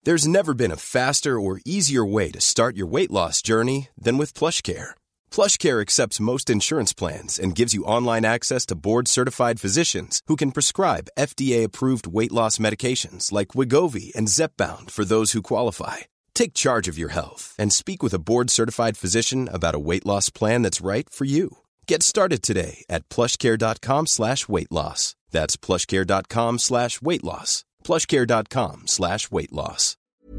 There's never been a faster or easier way to start your weight loss journey than with PlushCare. PlushCare accepts most insurance plans and gives you online access to board-certified physicians who can prescribe FDA-approved weight loss medications like Wegovy and Zepbound for those who qualify. Take charge of your health and speak with a board-certified physician about a weight loss plan that's right for you. Get started today at plushcare.com/weightloss. That's plushcare.com/weightloss. plushcare.com/weightloss.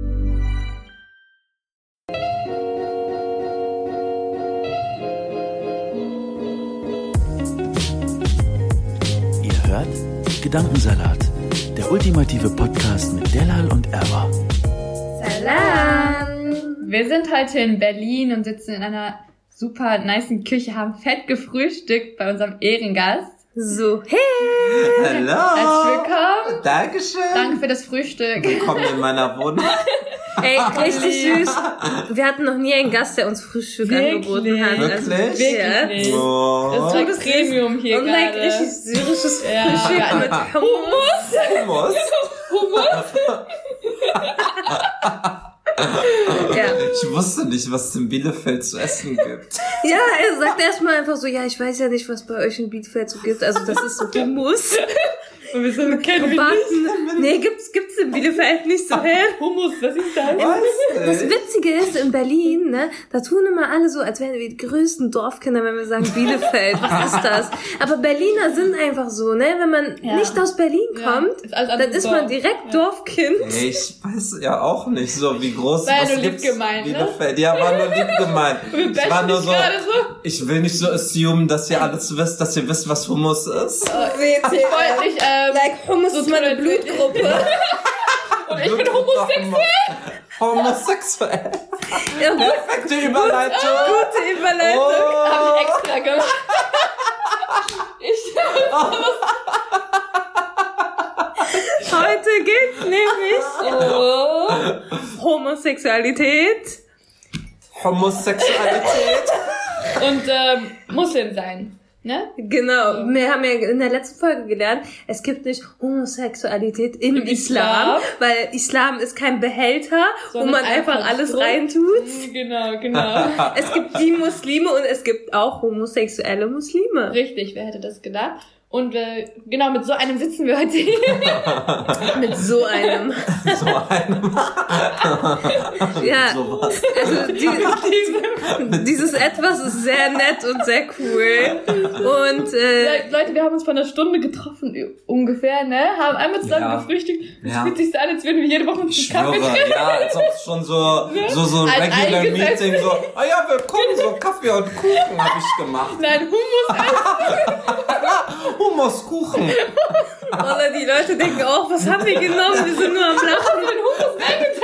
Ihr hört Gedankensalat, der ultimative Podcast mit Delal und Erwa. Salam! Wir sind heute in Berlin und sitzen in einer super nicen Küche, haben fett gefrühstückt bei unserem Ehrengast. So, hey! Hallo! Herzlich willkommen! Dankeschön! Danke für das Frühstück. Willkommen in meiner Wohnung. Ey, richtig süß. Wir hatten noch nie einen Gast, der uns Frühstück angeboten hat. Wirklich? Also, Wirklich nicht. Oh. Das ist Premium hier und gerade. like richtig syrisches Ja. Frühstück mit Hummus. Ja. Ich wusste nicht, was es in Bielefeld zu essen gibt. Ja, er sagt erstmal einfach so, ja, ich weiß ja nicht, was bei euch in Bielefeld so gibt. Also das ist so Hummus. Und wir sind kennen wir Backen. Nee, gibt's in Bielefeld nicht so. Hä? Hummus, was ist das? Das Witzige ist, in Berlin, ne, da tun immer alle so, als wären wir die größten Dorfkinder, wenn wir sagen Bielefeld. Was ist das? Aber Berliner sind einfach so, ne? Wenn man nicht aus Berlin kommt, dann ist man direkt Dorfkind. Ey, ich weiß ja auch nicht so, wie groß war was nur lieb gibt's gemeint, Bielefeld. Ne? Ja, war nur lieb gemeint. Ich war nur so, ich will nicht so assumen, dass ihr alles wisst, dass ihr wisst, was Hummus ist. Ich wollte nicht, like Hummus so ist meine Blutgruppe. Und ich bin homosexuell. Homosexuell. Ja, Perfekte Überleitung. gute Überleitung. Oh. Hab ich extra gemacht. Heute geht's nämlich Homosexualität. Homosexualität. Und Muslim sein. Ne? Genau, wir haben ja in der letzten Folge gelernt, es gibt nicht Homosexualität im Islam, weil Islam ist kein Behälter, wo man einfach alles reintut. Genau. Es gibt die Muslime und es gibt auch homosexuelle Muslime. Richtig, wer hätte das gedacht? Und genau, mit so einem sitzen wir heute hier. Mit so einem. Ja, Sowas. also dieses Etwas ist sehr nett und sehr cool. Und Leute, wir haben uns vor einer Stunde getroffen, ungefähr, ne? Haben einmal zusammen gefrühstückt. Es fühlt sich so an, als würden wir jede Woche uns Kaffee trinken. Ja, als ob es schon so regular Meeting, so, ja, willkommen, so Kaffee und Kuchen habe ich gemacht. Nein, Hummus. Hummuskuchen. oder die Leute denken auch, was haben wir genommen? Wir sind nur am Lachen. Den Hummus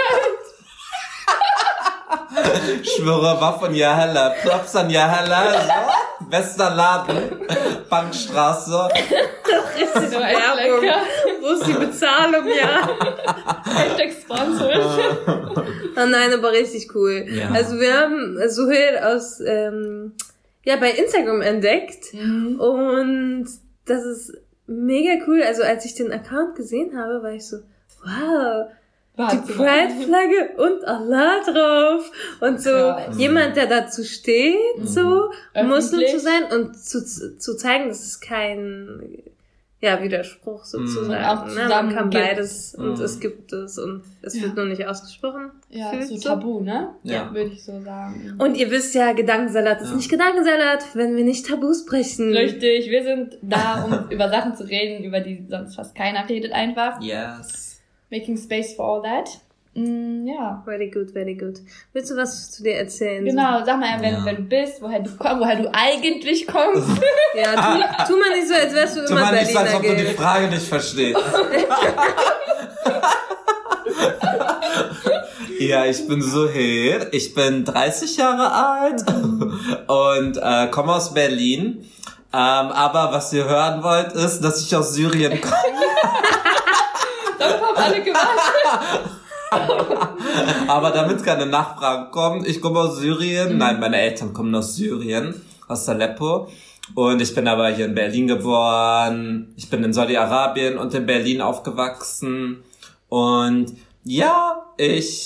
eingeteilt. Ich schwöre, war von Yahella. Props an Yahella, so. Bester Laden. Bankstraße. Richtig So Werbung. lecker. Wo ist die Bezahlung, ja? Hashtag Sponsored. Oh nein, aber richtig cool. Ja. Also wir haben Suhail aus bei Instagram entdeckt und das ist mega cool. Also als ich den Account gesehen habe, war ich so, wow, die Pride-Flagge und Allah drauf und so jemand, der dazu steht, so Muslim zu sein und zu zeigen, dass es kein Widerspruch sozusagen. Auch Ne? Man kann gibt. beides und es gibt es und es wird nur nicht ausgesprochen. Ja, Fühlt so tabu, ne? Ja. Würde ich so sagen. Und ihr wisst ja, Gedankensalat ist nicht Gedankensalat, wenn wir nicht Tabus brechen. Richtig, wir sind da, um über Sachen zu reden, über die sonst fast keiner redet einfach. Yes. Making space for all that. Ja. Very good, very good. Willst du was zu dir erzählen? Genau, sag mal, wer du bist, woher du kommst, woher du eigentlich kommst. Ja, tu mal nicht so, als wärst du Tu immer mal nicht so, als ob du die Berliner. Frage nicht verstehst. Ja, ich bin Suhail. Ich bin 30 Jahre alt und komme aus Berlin. Aber was ihr hören wollt, ist, dass ich aus Syrien komme. Darauf haben alle gewartet. Aber damit keine Nachfragen kommen, ich komme aus Syrien. Nein, meine Eltern kommen aus Syrien, aus Aleppo. Und ich bin aber hier in Berlin geboren. Ich bin in Saudi-Arabien und in Berlin aufgewachsen. Und Ja, ich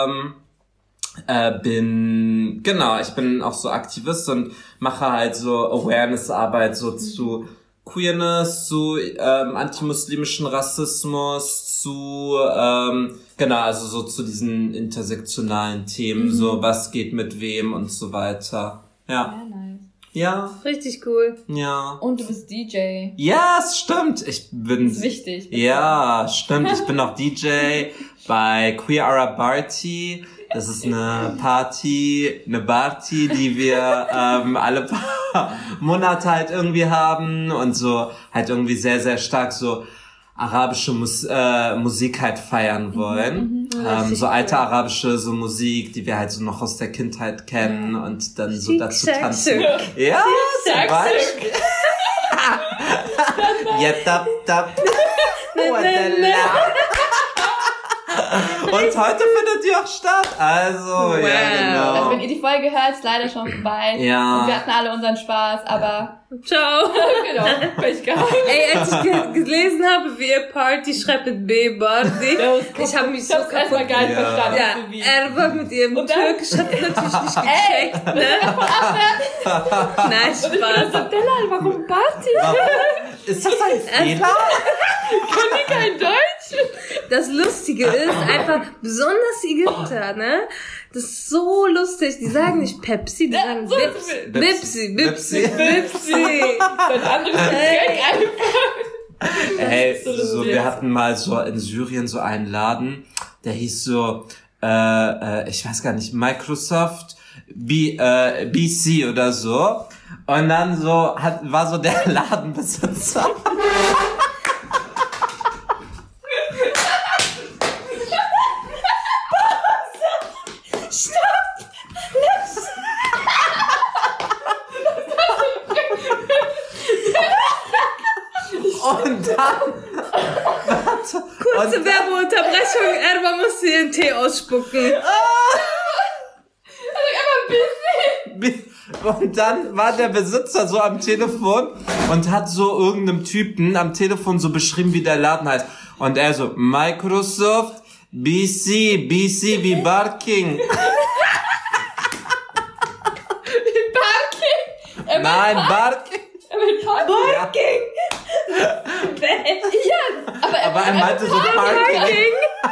bin auch so Aktivist und mache halt so Awareness-Arbeit so zu Queerness, zu antimuslimischen Rassismus, zu also so zu diesen intersektionalen Themen, so was geht mit wem und so weiter. Ja. Nice. Ja. Richtig cool. Ja. Und du bist DJ. Ja, es stimmt. Ich bin... Das ist wichtig. Ja, stimmt. Ich bin auch DJ bei Queer Arab Party. Das ist eine Party, die wir alle paar Monate halt irgendwie haben und so halt irgendwie sehr, sehr stark so arabische Musik halt feiern wollen. So alte arabische so Musik, die wir halt so noch aus der Kindheit kennen und dann so dazu tanzen. Ja, zum Beispiel. Ja, tap, tap. Und heute findet die auch statt. Also, ja, genau. Also, wenn ihr die Folge hört, ist leider schon vorbei. Ja. Und wir hatten alle unseren Spaß, aber... Ciao. Genau, Pech gehabt. Ey, als ich gelesen habe, wie ihr Party schreibt mit B, Bardi, ich habe mich so kaputt geil verstanden. Ja, er war mit ihrem Türkisch, hat es natürlich nicht gecheckt, ne? Nein, Spaß. Delal, warum Party? Ist das ein Fehler? Können die kein Deutsch? Das Lustige ist einfach, besonders Ägypter, ne? Das ist so lustig. Die sagen nicht Pepsi, die sagen Bipsi. Ein anderes Getränk einfach. Ey, so, wir hatten mal so in Syrien so einen Laden, der hieß so, ich weiß gar nicht, Microsoft BC oder so. Und dann so war so der Ladenbesitzer. Und dann... Kurze Werbeunterbrechung, Erwa musste ihren Tee ausspucken. Und dann war der Besitzer so am Telefon und hat so irgendeinem Typen am Telefon so beschrieben, wie der Laden heißt. Und er so, Microsoft BC wie Barking. Nein, Barking. Barking! Ja, aber er meinte so Parking.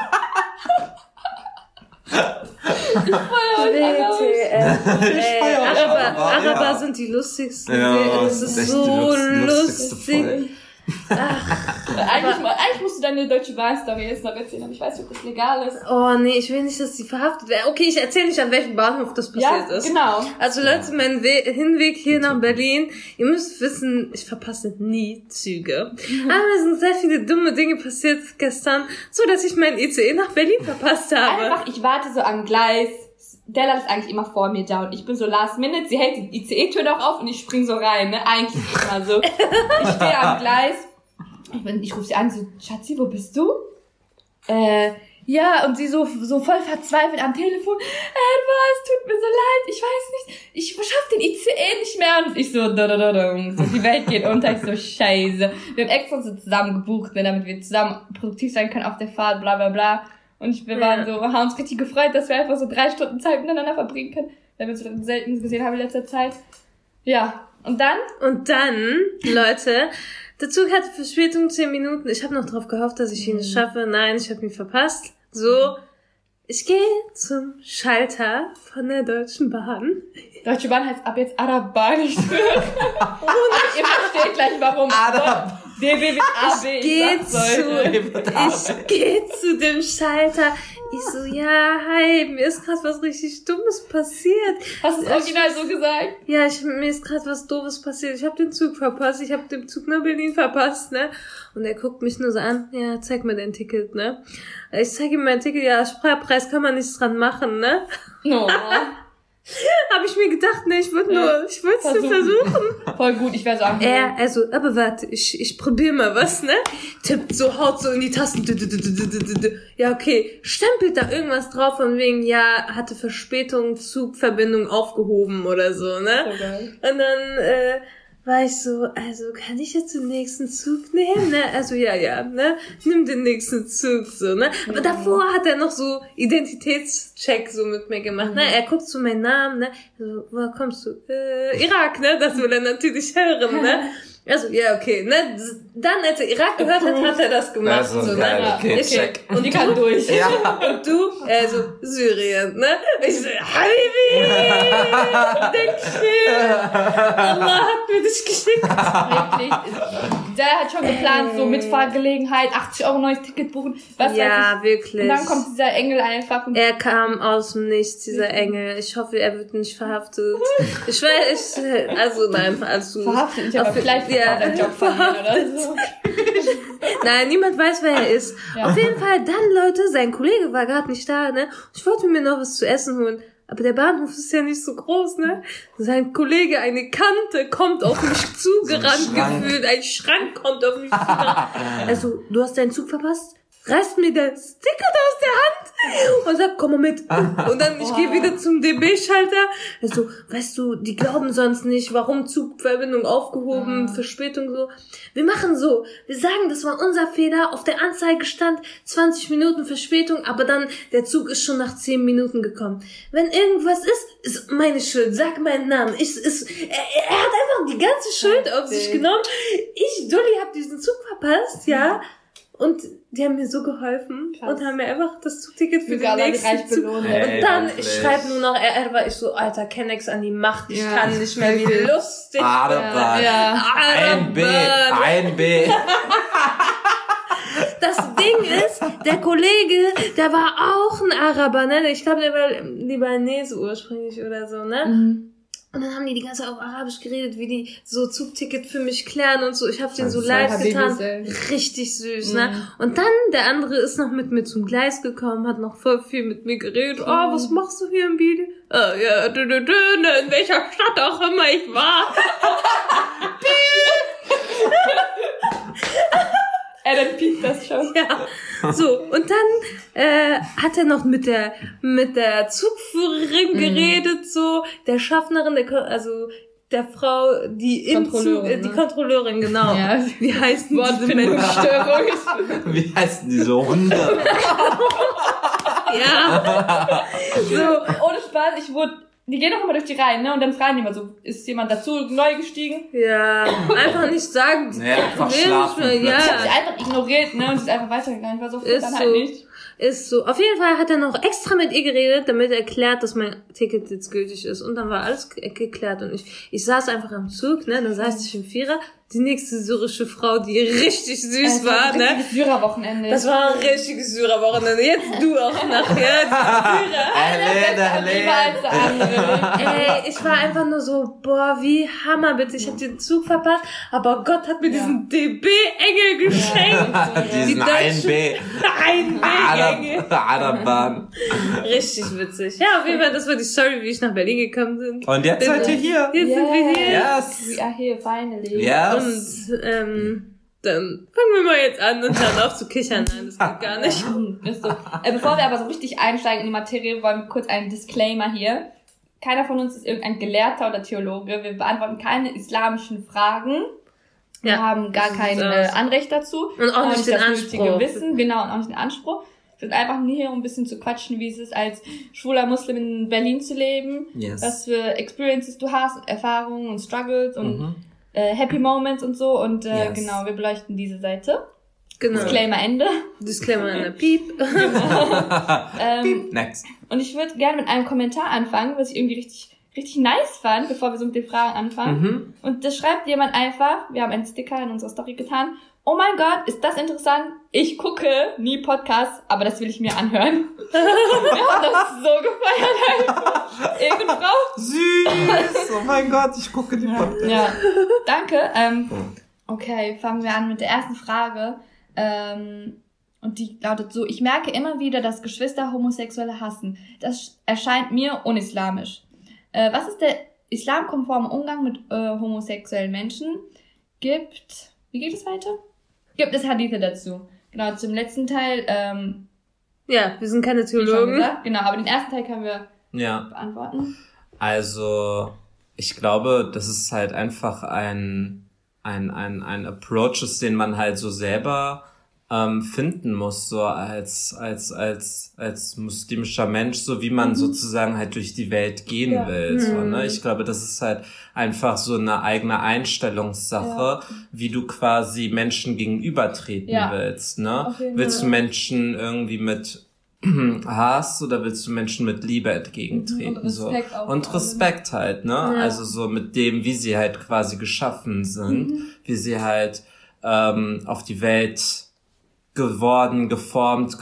Araber sind die lustigsten. Ja, das ist so lustig. Eigentlich musst du deine Deutsche Bahn-Story jetzt noch erzählen, aber ich weiß nicht, ob das legal ist. Oh nee, ich will nicht, dass sie verhaftet werden. Okay, ich erzähle nicht, an welchem Bahnhof das passiert ist. Genau. Also Leute, mein Hinweg hier nach Berlin, ihr müsst wissen, ich verpasse nie Züge. Aber es sind sehr viele dumme Dinge passiert gestern, so dass ich mein ICE nach Berlin verpasst habe. Einfach, ich warte so am Gleis. Della ist eigentlich immer vor mir da und ich bin so last minute, sie hält die ICE-Tür noch auf und ich spring so rein, ne? Eigentlich ist es mal so. Ich stehe am Gleis, ich rufe sie an, so, Schatzi, wo bist du? Ja, und sie so voll verzweifelt am Telefon, es tut mir so leid, ich weiß nicht, ich schaff den ICE nicht mehr und ich so, die Welt geht unter, ich so, scheiße. Wir haben extra so zusammen gebucht, ne, damit wir zusammen produktiv sein können auf der Fahrt, bla bla bla. Und wir haben uns richtig gefreut, dass wir einfach so 3 Stunden Zeit miteinander verbringen können, weil wir uns so selten gesehen haben in letzter Zeit. Ja, und dann? Und dann, Leute, der Zug hatte Verspätung 10 Minuten. Ich habe noch drauf gehofft, dass ich ihn nicht schaffe. Nein, ich habe ihn verpasst. So, ich gehe zum Schalter von der Deutschen Bahn. Deutsche Bahn heißt ab jetzt Arab-Bahn nicht mehr. Aber ihr versteht gleich, warum. Ich gehe zu dem Schalter. Ich so, ja, hi, mir ist gerade was richtig Dummes passiert. Hast du es original so gesagt? Ja, mir ist gerade was Doofes passiert. Ich habe den Zug verpasst. Ich habe den Zug nach Berlin verpasst, ne? Und er guckt mich nur so an. Ja, zeig mir dein Ticket, ne? Ich zeig ihm mein Ticket. Ja, Sparpreis kann man nichts dran machen, ne? No. Habe ich mir gedacht, ne, ich wollte es nur versuchen. Voll gut, ich wäre so aber warte, ich probier mal was, ne? Tippt so, haut so in die Tasten. Ja, okay, stempelt da irgendwas drauf von wegen, ja, hatte Verspätung, Zugverbindung aufgehoben oder so, ne? So geil. Und dann war ich so, also kann ich jetzt den nächsten Zug nehmen? Ne? Also ja, ne? Nimm den nächsten Zug, so, ne? Aber davor hat er noch so Identitätscheck so mit mir gemacht, ne? Er guckt so meinen Namen, ne? So, woher kommst du? Irak, ne? Das will er natürlich hören, ne? Also, ja, okay, ne? Dann, als er Irak gehört hat, hat er das gemacht, also, so, geil, ne? okay, check. Und die kann durch. Ja. Und du? Syrien, ne? Ich so, Habibi! Dankeschön! Allah hat mir dich geschickt. Wirklich. Der hat schon geplant, so Mitfahrgelegenheit, 80 € neues Ticket buchen, was weiß Ja, ich. wirklich. Und dann kommt dieser Engel einfach und Er kam aus dem Nichts, dieser Engel. Ich hoffe, er wird nicht verhaftet. Ich weiß, also nein, also verhaftet mich, aber vielleicht ja, der Job verlieren oder so. Nein, niemand weiß, wer er ist. Ja. Auf jeden Fall, dann, Leute, sein Kollege war gerade nicht da, ne? Ich wollte mir noch was zu essen holen. Aber der Bahnhof ist ja nicht so groß, ne? Sein Kollege, eine Kante, kommt auf mich zugerannt, gefühlt. Ein Schrank kommt auf mich zugerannt. Also, du hast deinen Zug verpasst? Reißt mir das Ticket aus der Hand und sagt, komm mal mit. Und dann, ich gehe wieder zum DB-Schalter. Also, weißt du, die glauben sonst nicht, warum Zugverbindung aufgehoben, Verspätung so. Wir machen so, wir sagen, das war unser Fehler, auf der Anzeige stand 20 Minuten Verspätung, aber dann, der Zug ist schon nach 10 Minuten gekommen. Wenn irgendwas ist meine Schuld, sag meinen Namen. Er hat einfach die ganze Schuld auf sich genommen. Dolly, hab diesen Zug verpasst, ja. Und die haben mir so geholfen. Krass. Und haben mir einfach das Zugticket für den nächsten Zug. Und dann, ich schreibe nur noch, war ich so, Alter, Kennex an die Macht, ich kann nicht mehr, wie lustig. Arabahn. Ja. Ein B. Das Ding ist, der Kollege, der war auch ein Araber, ne? Ich glaube, der war Libanese ursprünglich oder so, ne? Mhm. Und dann haben die ganze Zeit auf Arabisch geredet, wie die so Zugticket für mich klären und so. Ich habe denen so leid getan. Richtig süß, ne? Und dann, der andere ist noch mit mir zum Gleis gekommen, hat noch voll viel mit mir geredet. Oh, was machst du hier in Bielefeld? Ja, in welcher Stadt auch immer ich war. Dann piept das schon. Ja. So, und dann hat er noch mit der Zugführerin geredet, so, der Schaffnerin, der Frau, die im Zug, die Kontrolleurin, genau. Ja. Wie heißt diese Menschen? Wie heißen diese Hunde? Ja. So, ohne Spaß, die gehen doch immer durch die Reihen, ne? Und dann fragen die immer so, ist jemand dazu neu gestiegen? Ja, einfach nicht sagen. Ja, einfach schlafen. Ja. Ich hab sie einfach ignoriert, ne? Und sie ist einfach weitergegangen. Ich war so, ist dann so. halt nicht. Ist so. Auf jeden Fall hat er noch extra mit ihr geredet, damit er erklärt, dass mein Ticket jetzt gültig ist. Und dann war alles geklärt. Und ich saß einfach am Zug, ne? Dann saß ich im Vierer. Die nächste syrische Frau, die richtig süß war, ne? Das Syrerwochenende. Das war ein richtiges Syrerwochenende. Jetzt du auch nachher. Ey, ich war einfach nur so, boah, wie Hammer bitte. Ich hab den Zug verpasst, aber Gott hat mir diesen DB-Engel geschenkt. Diesen 1B. 1B-Engel. Arabahn. Richtig witzig. Ja, auf jeden Fall, das war die Story, wie ich nach Berlin gekommen bin. Und jetzt seid ihr hier. Jetzt sind wir hier. Yes. We are here, finally. Yes. Und dann fangen wir mal jetzt an und hören auf zu kichern. Nein, das geht gar nicht. Ist so. Bevor wir aber so richtig einsteigen in die Materie, wollen wir kurz einen Disclaimer hier. Keiner von uns ist irgendein Gelehrter oder Theologe. Wir beantworten keine islamischen Fragen. Wir haben gar kein Anrecht dazu. Und auch nicht den das Anspruch. nötige Wissen, genau, und auch nicht den Anspruch. Wir sind einfach nur hier, um ein bisschen zu quatschen, wie es ist, als schwuler Muslim in Berlin zu leben. Yes. Was für Experiences du hast, Erfahrungen und Struggles und Happy Moments und so. Und genau, wir beleuchten diese Seite. Genau. Disclaimer Ende. Disclaimer an der Piep. Piep, next. Und ich würde gerne mit einem Kommentar anfangen, was ich irgendwie richtig nice fand, bevor wir so mit den Fragen anfangen. Und das schreibt jemand einfach, wir haben einen Sticker in unserer Story getan. Oh mein Gott, ist das interessant? Ich gucke nie Podcasts, aber das will ich mir anhören. Wir haben das so gefeiert einfach. Irgendeine Frau. Süß. Oh mein Gott, ich gucke die Podcasts. Ja, danke. Okay, fangen wir an mit der ersten Frage. Und die lautet so: Ich merke immer wieder, dass Geschwister Homosexuelle hassen. Das erscheint mir unislamisch. Was ist der islamkonforme Umgang mit homosexuellen Menschen? Wie geht es weiter? Gibt es Hadithe dazu? Genau, zum letzten Teil, ja, wir sind keine wie schon Theologen. gesagt, genau, aber den ersten Teil können wir Ja. beantworten. Also, ich glaube, das ist halt einfach ein Approach ist, den man halt so selber finden muss, so als muslimischer Mensch, so wie man sozusagen halt durch die Welt gehen will. So, ne? Ich glaube, das ist halt einfach so eine eigene Einstellungssache, wie du quasi Menschen gegenübertreten willst. Ne? Willst du Menschen irgendwie mit Hass oder willst du Menschen mit Liebe entgegentreten? Und Respekt halt, ne? Ja. Also so mit dem, wie sie halt quasi geschaffen sind, wie sie halt auf die Welt geworden, geformt,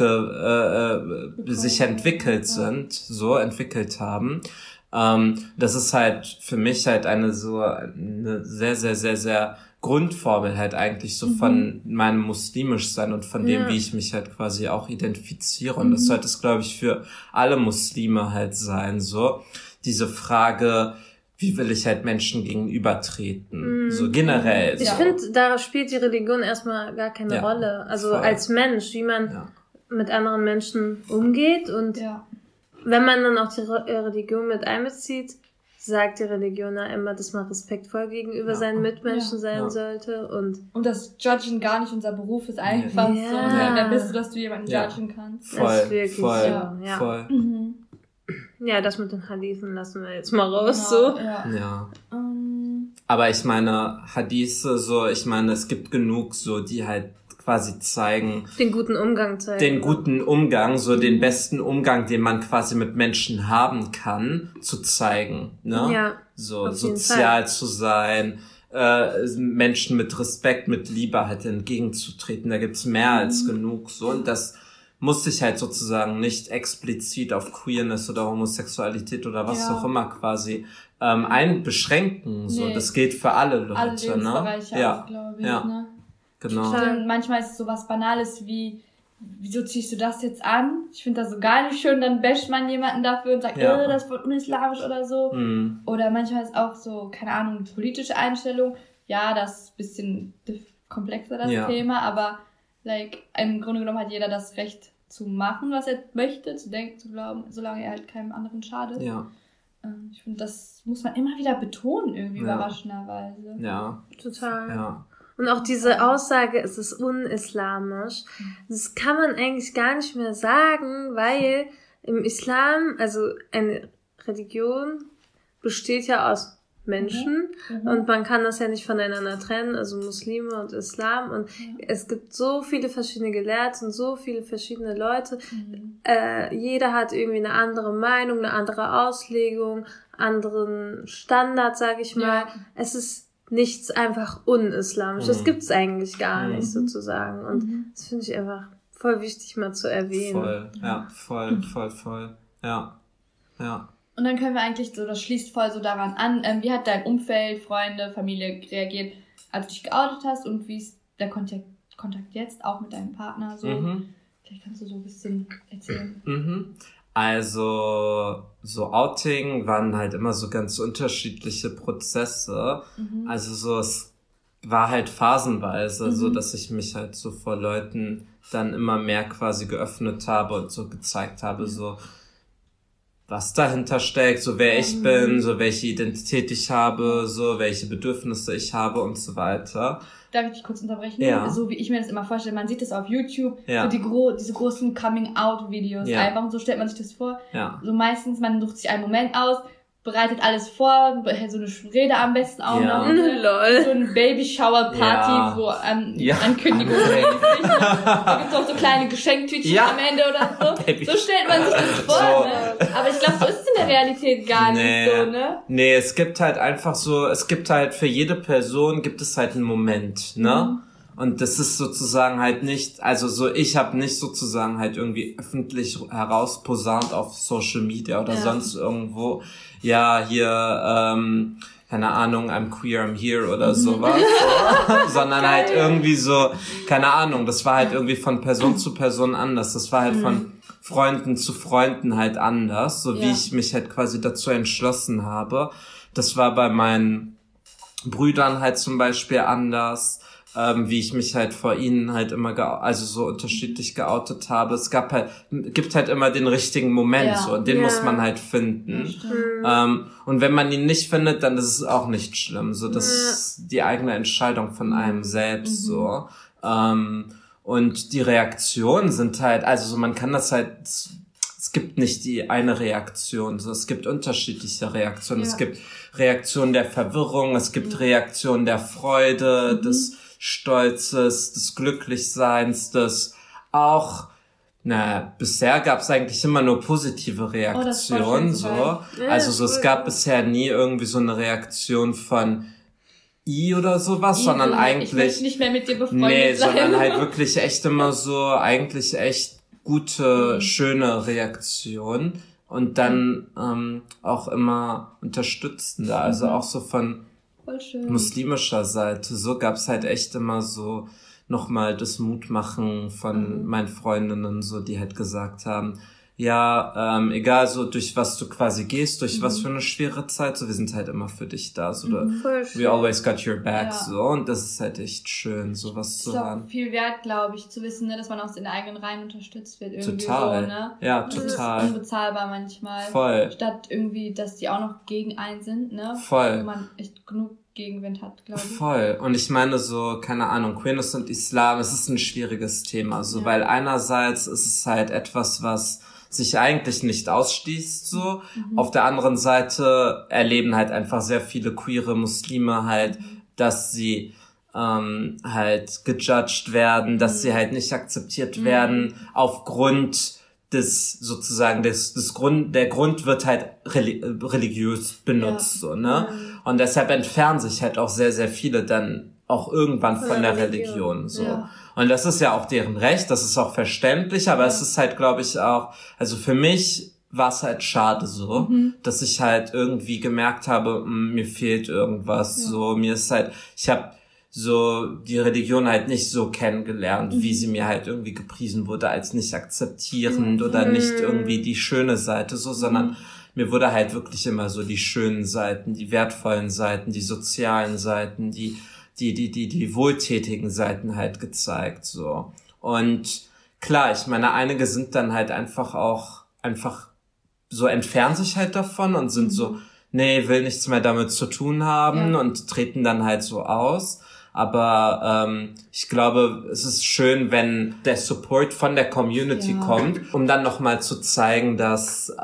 sich entwickelt entwickelt haben. Das ist halt für mich halt eine sehr, sehr, sehr, sehr Grundformel halt eigentlich so von meinem Muslimischsein und von dem, wie ich mich halt quasi auch identifiziere. Und das sollte es, glaube ich, für alle Muslime halt sein, so. Diese Frage, wie will ich halt Menschen gegenübertreten? So generell. Ich finde, da spielt die Religion erstmal gar keine Rolle. Also voll. Als Mensch, wie man mit anderen Menschen umgeht. Und wenn man dann auch die Religion mit einbezieht, sagt die Religion ja immer, dass man respektvoll gegenüber seinen Mitmenschen sein sollte. Und das Judgen gar nicht unser Beruf ist einfach so. Wer bist du, dass du jemanden judgen kannst? Voll, das ist wirklich voll. Ja, das mit den Hadithen lassen wir jetzt mal raus, so. Ja. Aber ich meine, Hadithe, so, ich meine, es gibt genug, so, die halt quasi zeigen. Den guten Umgang zeigen. Den guten Umgang, so den besten Umgang, den man quasi mit Menschen haben kann, zu zeigen, ne? Ja. So, sozial zu sein, Menschen mit Respekt, mit Liebe halt entgegenzutreten. Da gibt's mehr als genug, so. Und das muss sich halt sozusagen nicht explizit auf Queerness oder Homosexualität oder was auch immer quasi einbeschränken. So, das gilt für alle Leute, alle Lebensbereiche auch, glaube ich, ne? Genau. Manchmal ist es so was Banales wie, wieso ziehst du das jetzt an? Ich finde das so gar nicht schön, dann basht man jemanden dafür und sagt, das ist voll unislamisch oder so. Oder manchmal ist auch so, keine Ahnung, politische Einstellung. Ja, das ist ein bisschen komplexer, das Thema, aber im Grunde genommen hat jeder das Recht zu machen, was er möchte, zu denken, zu glauben, solange er halt keinem anderen schadet. Ja. Ich finde, das muss man immer wieder betonen, irgendwie überraschenderweise. Ja. Total. Ja. Und auch diese Aussage, es ist unislamisch, das kann man eigentlich gar nicht mehr sagen, weil im Islam, also eine Religion besteht ja aus Menschen und man kann das ja nicht voneinander trennen, also Muslime und Islam, und es gibt so viele verschiedene Gelehrte und so viele verschiedene Leute, jeder hat irgendwie eine andere Meinung, eine andere Auslegung, anderen Standard, sag ich mal. Es ist nichts einfach unislamisch. Das gibt's eigentlich gar nicht, sozusagen. Und das finde ich einfach voll wichtig mal zu erwähnen. Voll, ja, voll. Ja. Und dann können wir eigentlich so, das schließt voll so daran an, wie hat dein Umfeld, Freunde, Familie reagiert, als du dich geoutet hast, und wie ist der Kontakt jetzt auch mit deinem Partner so? Vielleicht kannst du so ein bisschen erzählen. Also, so Outing waren halt immer so ganz unterschiedliche Prozesse. Also so, es war halt phasenweise, so dass ich mich halt so vor Leuten dann immer mehr quasi geöffnet habe und so gezeigt habe, so was dahinter steckt, so wer ich bin, so welche Identität ich habe, so welche Bedürfnisse ich habe und so weiter. Darf ich dich kurz unterbrechen? Ja. So wie ich mir das immer vorstelle, man sieht das auf YouTube, so diese großen Coming-out-Videos einfach, und so stellt man sich das vor. Ja. So meistens, man sucht sich einen Moment aus, bereitet alles vor, so eine Rede am besten auch noch. So eine Baby-Shower-Party, wo Ankündigung da gibt's auch so kleine Geschenktütchen am Ende oder so. So stellt man sich das vor, so. Ne? Aber ich glaube, so ist es in der Realität gar nicht so, ne? Nee, es gibt halt einfach so, für jede Person gibt es halt einen Moment, ne? Und das ist sozusagen halt nicht, also so, ich habe nicht sozusagen halt irgendwie öffentlich herausposaunt auf Social Media oder sonst irgendwo, keine Ahnung, I'm queer, I'm here oder sowas, sondern halt irgendwie so, keine Ahnung, das war halt irgendwie von Person zu Person anders, das war halt von Freunden zu Freunden halt anders, so wie ich mich halt quasi dazu entschlossen habe. Das war bei meinen Brüdern halt zum Beispiel anders, wie ich mich halt vor ihnen halt immer also so unterschiedlich geoutet habe. Es gibt halt immer den richtigen Moment, so, und den muss man halt finden. Und wenn man ihn nicht findet, dann ist es auch nicht schlimm. So, das ist die eigene Entscheidung von einem selbst, so. Und die Reaktionen sind halt, also so, man kann das halt, es gibt nicht die eine Reaktion, so, es gibt unterschiedliche Reaktionen. Es gibt Reaktionen der Verwirrung, es gibt Reaktionen der Freude, des Stolzes, des Glücklichseins, des auch, bisher gab es eigentlich immer nur positive Reaktionen, so. Also so, es gab bisher nie irgendwie so eine Reaktion von oder sowas, sondern eigentlich... Ich möchte nicht mehr mit dir befreundet sein. Sondern halt wirklich echt immer so, eigentlich echt gute, schöne Reaktionen und dann auch immer unterstützender, also auch so von muslimischer Seite. So gab's halt echt immer so nochmal das Mutmachen von meinen Freundinnen, so, die halt gesagt haben, ja, egal so durch was du quasi gehst, durch was für eine schwere Zeit, so, wir sind halt immer für dich da, so, we always got your back, so, und das ist halt echt schön, sowas zu hören. Es ist auch viel wert, glaube ich, zu wissen, ne, dass man aus den eigenen Reihen unterstützt wird, irgendwie total. So, ne? Ja, das total. Das ist unbezahlbar manchmal. Voll. Statt irgendwie, dass die auch noch gegen einen sind, ne? Voll. Wo man echt genug Gegenwind hat, glaube ich. Voll. Und ich meine so, keine Ahnung, Queerness und Islam, es ist ein schwieriges Thema, so, weil einerseits ist es halt etwas, was sich eigentlich nicht ausschließt, so. Auf der anderen Seite erleben halt einfach sehr viele queere Muslime halt, dass sie halt gejudged werden, dass sie halt nicht akzeptiert werden aufgrund des sozusagen der Grund wird halt religiös benutzt, so, ne? Und deshalb entfernen sich halt auch sehr, sehr viele dann auch irgendwann von der Religion, so. Ja. Und das ist ja auch deren Recht, das ist auch verständlich, aber es ist halt, glaube ich, auch, also für mich war es halt schade so, dass ich halt irgendwie gemerkt habe, mir fehlt irgendwas, so, mir ist halt, ich habe so die Religion halt nicht so kennengelernt, wie sie mir halt irgendwie gepriesen wurde, als nicht akzeptierend oder nicht irgendwie die schöne Seite, so, sondern mir wurde halt wirklich immer so die schönen Seiten, die wertvollen Seiten, die sozialen Seiten, die wohltätigen Seiten halt gezeigt, so. Und klar, ich meine, einige sind dann halt einfach so, entfernen sich halt davon und sind so, nee, will nichts mehr damit zu tun haben und treten dann halt so aus. Aber ich glaube, es ist schön, wenn der Support von der Community kommt, um dann nochmal zu zeigen, dass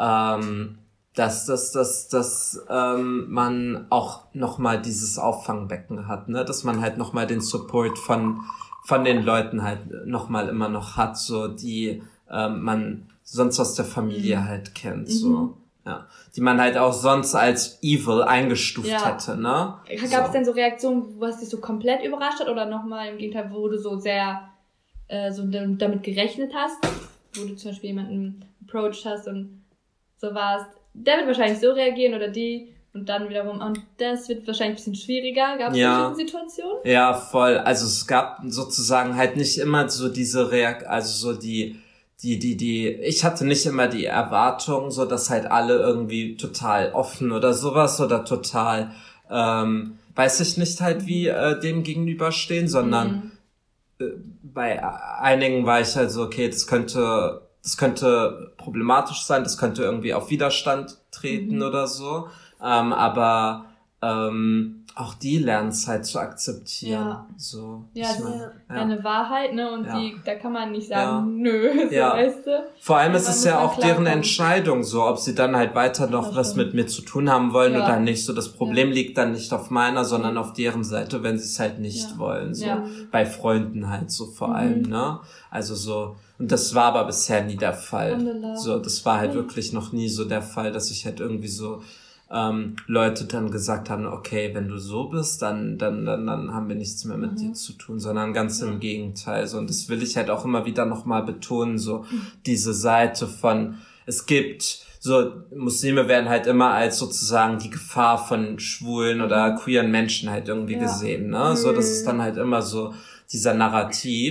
man auch nochmal dieses Auffangbecken hat, ne, dass man halt nochmal den Support von den Leuten halt nochmal immer noch hat, so, die man sonst aus der Familie halt kennt, so. Ja, die man halt auch sonst als evil eingestuft hätte, ne? Gab es denn so Reaktionen, was dich so komplett überrascht hat oder nochmal im Gegenteil, wo du so sehr so damit gerechnet hast, wo du zum Beispiel jemanden approached hast und so warst, der wird wahrscheinlich so reagieren oder die und dann wiederum, und das wird wahrscheinlich ein bisschen schwieriger. Gab es solche Situationen? Ja, voll. Also es gab sozusagen halt nicht immer so diese also so ich hatte nicht immer die Erwartung, so dass halt alle irgendwie total offen oder sowas oder total, weiß ich nicht halt wie dem gegenüberstehen, sondern bei einigen war ich halt so, okay, das könnte problematisch sein, das könnte irgendwie auf Widerstand treten oder so, aber auch die lernen es halt zu akzeptieren. Ja, so, ja, das ist eine Wahrheit, ne? Und da kann man nicht sagen, nö, so, weißt du. Vor allem ist es ja auch deren Entscheidung, so, ob sie dann halt weiter noch was mit mir zu tun haben wollen oder nicht. So, das Problem liegt dann nicht auf meiner, sondern auf deren Seite, wenn sie es halt nicht wollen. So, bei Freunden halt so vor allem, ne? Also so, und das war aber bisher nie der Fall. So, das war halt wirklich noch nie so der Fall, dass ich halt irgendwie so Leute dann gesagt haben, okay, wenn du so bist, dann haben wir nichts mehr mit dir zu tun, sondern ganz im Gegenteil. So, und das will ich halt auch immer wieder nochmal betonen, so diese Seite von, es gibt so, Muslime werden halt immer als sozusagen die Gefahr von schwulen oder queeren Menschen halt irgendwie gesehen, ne? So, das ist dann halt immer so dieser Narrativ.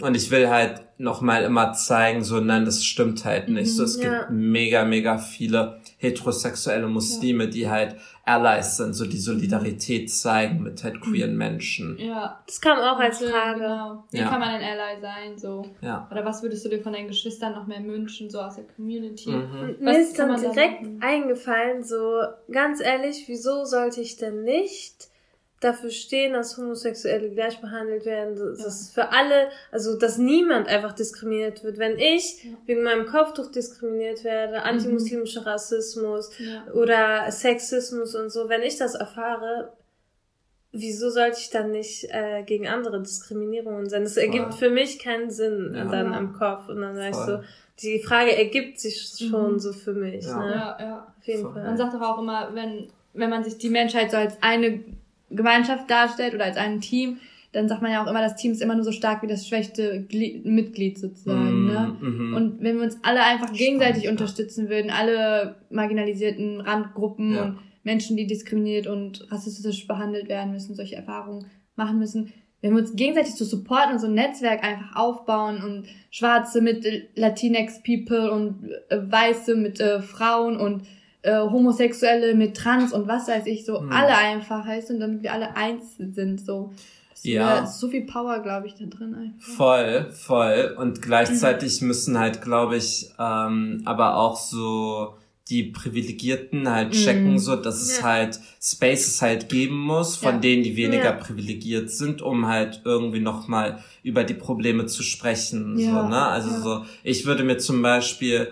Und ich will halt nochmal immer zeigen, so, nein, das stimmt halt nicht. So, es gibt mega, mega viele heterosexuelle Muslime, die halt Allies sind, so die Solidarität zeigen mit halt queeren Menschen. Ja. Das kam auch als Frage. Genau. Wie kann man ein Ally sein, so? Ja. Oder was würdest du dir von deinen Geschwistern noch mehr wünschen, so aus der Community? Und mir ist dann direkt eingefallen, so, ganz ehrlich, wieso sollte ich denn nicht dafür stehen, dass Homosexuelle gleich behandelt werden, dass für alle, also dass niemand einfach diskriminiert wird. Wenn ich wegen meinem Kopftuch diskriminiert werde, antimuslimischer Rassismus oder Sexismus und so, wenn ich das erfahre, wieso sollte ich dann nicht gegen andere Diskriminierungen sein? Das ergibt für mich keinen Sinn dann am Kopf. Und dann weißt du, die Frage ergibt sich schon so für mich. Ja. Ne? Ja. Auf jeden Fall. Man sagt doch auch immer, wenn man sich die Menschheit so als eine Gemeinschaft darstellt oder als ein Team, dann sagt man ja auch immer, das Team ist immer nur so stark wie das schwächste Mitglied sozusagen. Ne? Und wenn wir uns alle einfach gegenseitig unterstützen würden, alle marginalisierten Randgruppen und Menschen, die diskriminiert und rassistisch behandelt werden müssen, solche Erfahrungen machen müssen, wenn wir uns gegenseitig so supporten und so ein Netzwerk einfach aufbauen und Schwarze mit Latinx-People und Weiße mit Frauen und Homosexuelle mit Trans und was weiß ich, so alle einfach heißt und damit wir alle eins sind, so. Da ist so viel Power, glaube ich, da drin einfach. Voll. Und gleichzeitig müssen halt, glaube ich, aber auch so die Privilegierten halt checken, so, dass es halt Spaces halt geben muss von denen, die weniger privilegiert sind, um halt irgendwie nochmal über die Probleme zu sprechen, so, ne? Also so, ich würde mir zum Beispiel,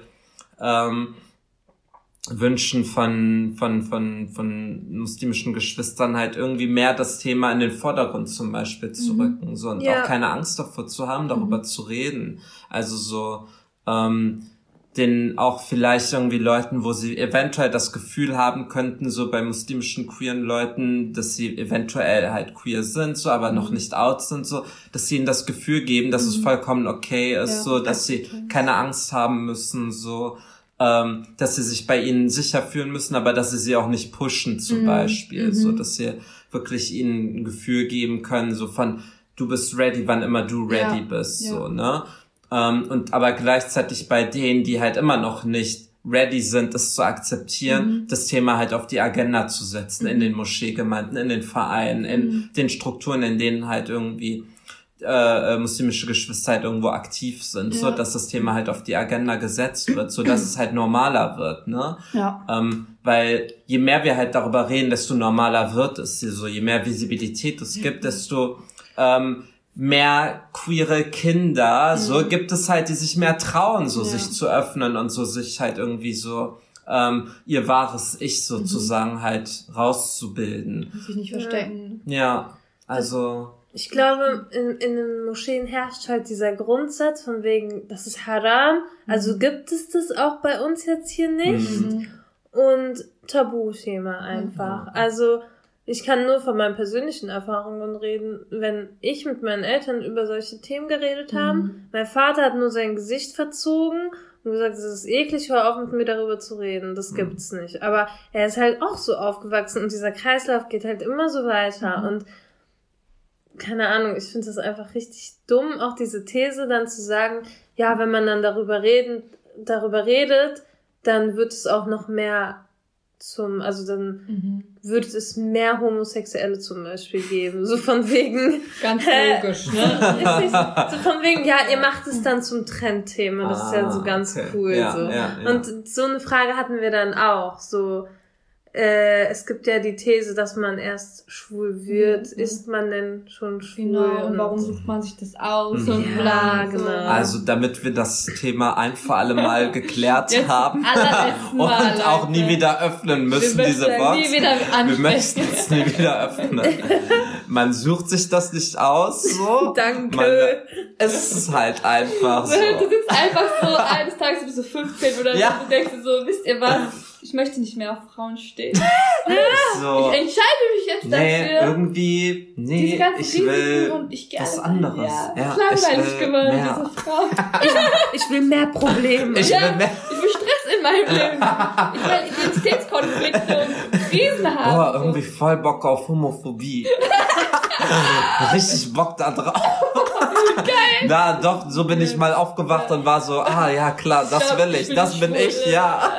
wünschen von muslimischen Geschwistern halt irgendwie mehr das Thema in den Vordergrund zum Beispiel zu rücken, so, und auch keine Angst davor zu haben, darüber zu reden. Also so, den auch vielleicht irgendwie Leuten, wo sie eventuell das Gefühl haben könnten, so bei muslimischen queeren Leuten, dass sie eventuell halt queer sind, so, aber noch nicht out sind, so, dass sie ihnen das Gefühl geben, dass es vollkommen okay ist, so, dass sie keine Angst haben müssen, so, dass sie sich bei ihnen sicher fühlen müssen, aber dass sie auch nicht pushen zum Beispiel, so, dass sie wirklich ihnen ein Gefühl geben können, so von, du bist ready, wann immer du ready bist, so, ne? Und aber gleichzeitig bei denen, die halt immer noch nicht ready sind, es zu akzeptieren, das Thema halt auf die Agenda zu setzen, in den Moscheegemeinden, in den Vereinen, in den Strukturen, in denen halt irgendwie muslimische Geschwister halt irgendwo aktiv sind, so dass das Thema halt auf die Agenda gesetzt wird, so dass es halt normaler wird, ne? Ja. Weil je mehr wir halt darüber reden, desto normaler wird es, so je mehr Visibilität es gibt, desto mehr queere Kinder, so gibt es halt, die sich mehr trauen, so sich zu öffnen und so sich halt irgendwie so ihr wahres Ich sozusagen halt rauszubilden. Sich nicht verstecken. Ja, also ich glaube, in den Moscheen herrscht halt dieser Grundsatz von wegen, das ist haram, also gibt es das auch bei uns jetzt hier nicht. Und Tabuthema einfach. Also ich kann nur von meinen persönlichen Erfahrungen reden, wenn ich mit meinen Eltern über solche Themen geredet habe. Mein Vater hat nur sein Gesicht verzogen und gesagt, das ist eklig, hör auf mit mir darüber zu reden, das gibt's nicht. Aber er ist halt auch so aufgewachsen und dieser Kreislauf geht halt immer so weiter und keine Ahnung, ich finde das einfach richtig dumm, auch diese These dann zu sagen, ja, wenn man dann darüber redet, dann wird es auch noch mehr dann würde es mehr Homosexuelle zum Beispiel geben. So von wegen. Ganz logisch, ne? So von wegen, ja, ihr macht es dann zum Trendthema. Das ist ja so ganz cool. Ja, so. Ja. Und so eine Frage hatten wir dann auch. So, es gibt ja die These, dass man erst schwul wird. Ist man denn schon schwul? Genau, und warum sucht man sich das aus und bla, genau. Also damit wir das Thema ein für alle Mal geklärt haben und Mal, auch nie wieder öffnen müssen, diese Box. Wir möchten es nie wieder öffnen. Man sucht sich das nicht aus, so. Danke. Es ist halt einfach so. Du sitzt einfach so, eines Tages bist du 15 oder so, und denkst du so, wisst ihr was? Ich möchte nicht mehr auf Frauen stehen. So. Ich entscheide mich jetzt dafür. Ich will und ich was anderes. Ja, ist langweilig geworden, diese Frau. Ich will mehr Probleme. Ich will Stress in meinem Leben. Ich will Identitätskonflikte und Krisen haben. Boah, irgendwie voll Bock auf Homophobie. Richtig Bock da drauf. Na, doch, so bin ich mal aufgewacht und war so, ja klar, das will ich, das bin ich, ja.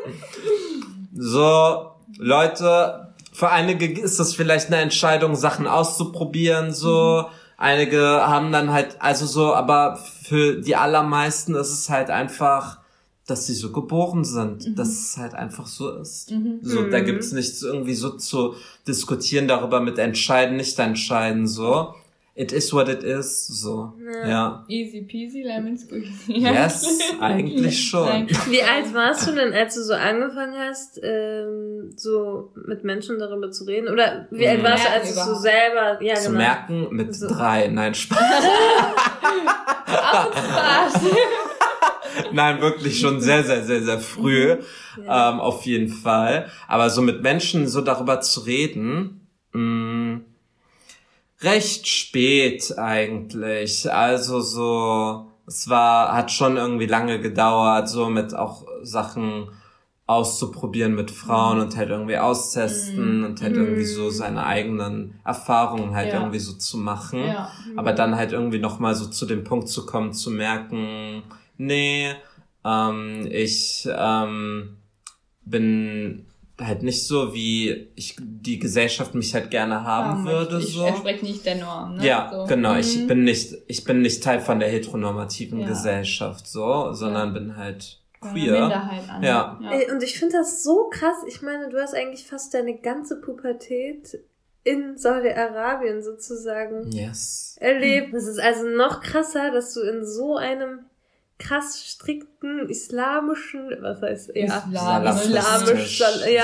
So, Leute, für einige ist es vielleicht eine Entscheidung, Sachen auszuprobieren, so. Einige haben dann halt, also so, aber für die allermeisten ist es halt einfach, dass sie so geboren sind, dass es halt einfach so ist. So, da gibt's nichts irgendwie so zu diskutieren darüber mit entscheiden, nicht entscheiden, so. It is what it is, so, ja. Easy peasy, lemon squeezy. Yes, eigentlich schon. Wie alt warst du denn, als du so angefangen hast, so mit Menschen darüber zu reden? Oder wie alt warst du, als du so selber, ja zu genau. merken mit so. 3, nein, Spaß. Spaß. Nein, wirklich schon sehr, sehr, sehr, sehr früh, auf jeden Fall. Aber so mit Menschen so darüber zu reden, recht spät eigentlich. Also so, hat schon irgendwie lange gedauert, so mit auch Sachen auszuprobieren mit Frauen und halt irgendwie austesten und halt irgendwie so seine eigenen Erfahrungen halt irgendwie so zu machen. Ja. Aber dann halt irgendwie nochmal so zu dem Punkt zu kommen, zu merken, nee, ich bin halt nicht so, wie die Gesellschaft mich halt gerne haben würde. Ich entspreche nicht der Norm, ne? Ja, so. Genau. Ich bin nicht Teil von der heteronormativen Gesellschaft, so, sondern bin halt queer. Minderheit an. Ja. Und ich finde das so krass. Ich meine, du hast eigentlich fast deine ganze Pubertät in Saudi-Arabien sozusagen erlebt. Es ist also noch krasser, dass du in so einem krass strikten islamischen, was heißt, salafistisch,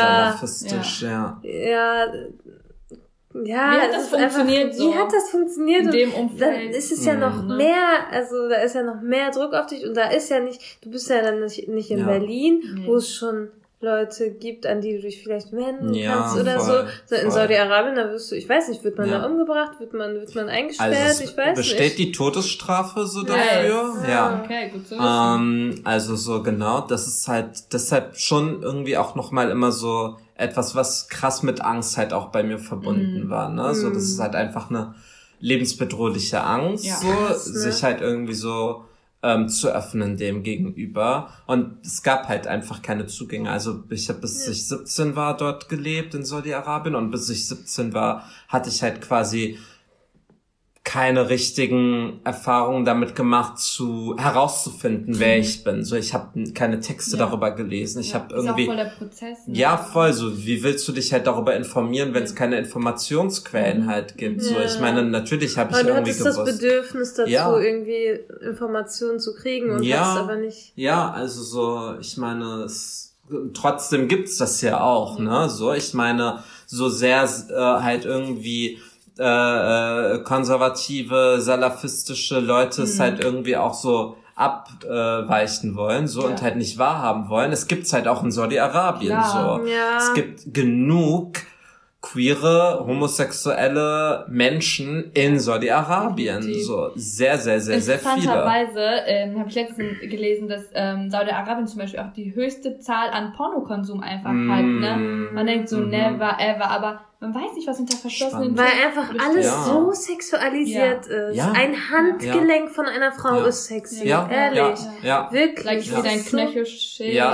Wie hat das funktioniert einfach, Wie hat das funktioniert? In dem Umfeld. Dann ist es ja noch mehr, also da ist ja noch mehr Druck auf dich und da ist ja nicht, du bist ja dann nicht in Berlin, wo es schon Leute gibt, an die du dich vielleicht wenden kannst oder voll. so. In Saudi-Arabien, da wirst du, ich weiß nicht, wird man da umgebracht, wird man eingesperrt, also ich weiß nicht. Besteht die Todesstrafe so dafür? Ja. Okay, gut zu wissen. Also so genau, das ist halt deshalb schon irgendwie auch nochmal immer so etwas, was krass mit Angst halt auch bei mir verbunden war, ne? So, das ist halt einfach eine lebensbedrohliche Angst, so, krass, ne? sich halt irgendwie so zu öffnen dem gegenüber. Und es gab halt einfach keine Zugänge. Also ich habe bis ich 17 war dort gelebt in Saudi-Arabien und bis ich 17 war, hatte ich halt quasi keine richtigen Erfahrungen damit gemacht, herauszufinden, wer ich bin. So, ich habe keine Texte darüber gelesen. Ich habe irgendwie. Ist auch voll der Prozess. Ne? Ja, voll. So, wie willst du dich halt darüber informieren, wenn es keine Informationsquellen halt gibt? So, ich meine, natürlich habe ich irgendwie gewusst. Aber du hattest das Bedürfnis dazu, irgendwie Informationen zu kriegen und hast aber nicht. Ja, also so, ich meine, trotzdem gibt's das ja auch, ne? So, ich meine, so sehr halt irgendwie konservative, salafistische Leute es halt irgendwie auch so abweichen wollen, so und halt nicht wahrhaben wollen. Es gibt's halt auch in Saudi-Arabien so. Ja. Es gibt genug queere, homosexuelle Menschen in Saudi-Arabien. So sehr, sehr, sehr, sehr viele. Interessanterweise habe ich letztens gelesen, dass Saudi-Arabien zum Beispiel auch die höchste Zahl an Pornokonsum einfach hat. Ne? Man denkt so never ever, aber man weiß nicht, was hinter verschlossenen Türen weil einfach alles so sexualisiert ist. Ja. Ein Handgelenk von einer Frau ist sexy. Ja. Ehrlich. Ja. Wirklich. Like wie dein Knöchelschild. Ja.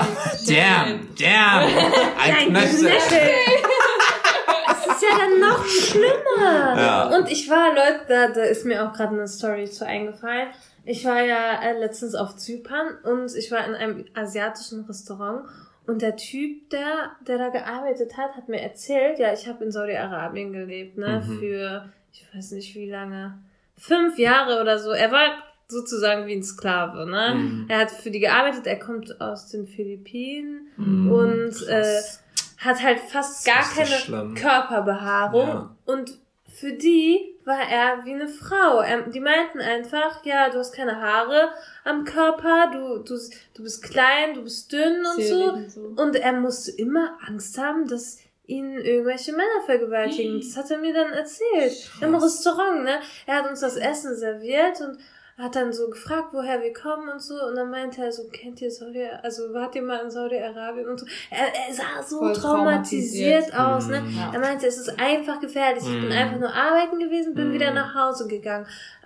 Damn. Ein Knöchel. Das ist ja dann noch schlimmer. Ja. Und ich war, Leute, da ist mir auch gerade eine Story zu eingefallen. Ich war ja letztens auf Zypern und ich war in einem asiatischen Restaurant und der Typ, der da gearbeitet hat mir erzählt, ja, ich habe in Saudi-Arabien gelebt, ne, für, ich weiß nicht wie lange, 5 Jahre oder so. Er war sozusagen wie ein Sklave, ne. Er hat für die gearbeitet, er kommt aus den Philippinen und hat halt fast gar keine Körperbehaarung und für die war er wie eine Frau. Die meinten einfach, ja, du hast keine Haare am Körper, du bist klein, du bist dünn und so. Und er musste immer Angst haben, dass ihn irgendwelche Männer vergewaltigen. Das hat er mir dann erzählt. Im Restaurant, ne? Er hat uns das Essen serviert und hat dann so gefragt, woher wir kommen und so. Und dann meinte er so, kennt ihr wart ihr mal in Saudi-Arabien und so. Er sah so voll traumatisiert aus, ne? Ja. Er meinte, es ist einfach gefährlich. Ich bin einfach nur arbeiten gewesen, bin wieder nach Hause gegangen.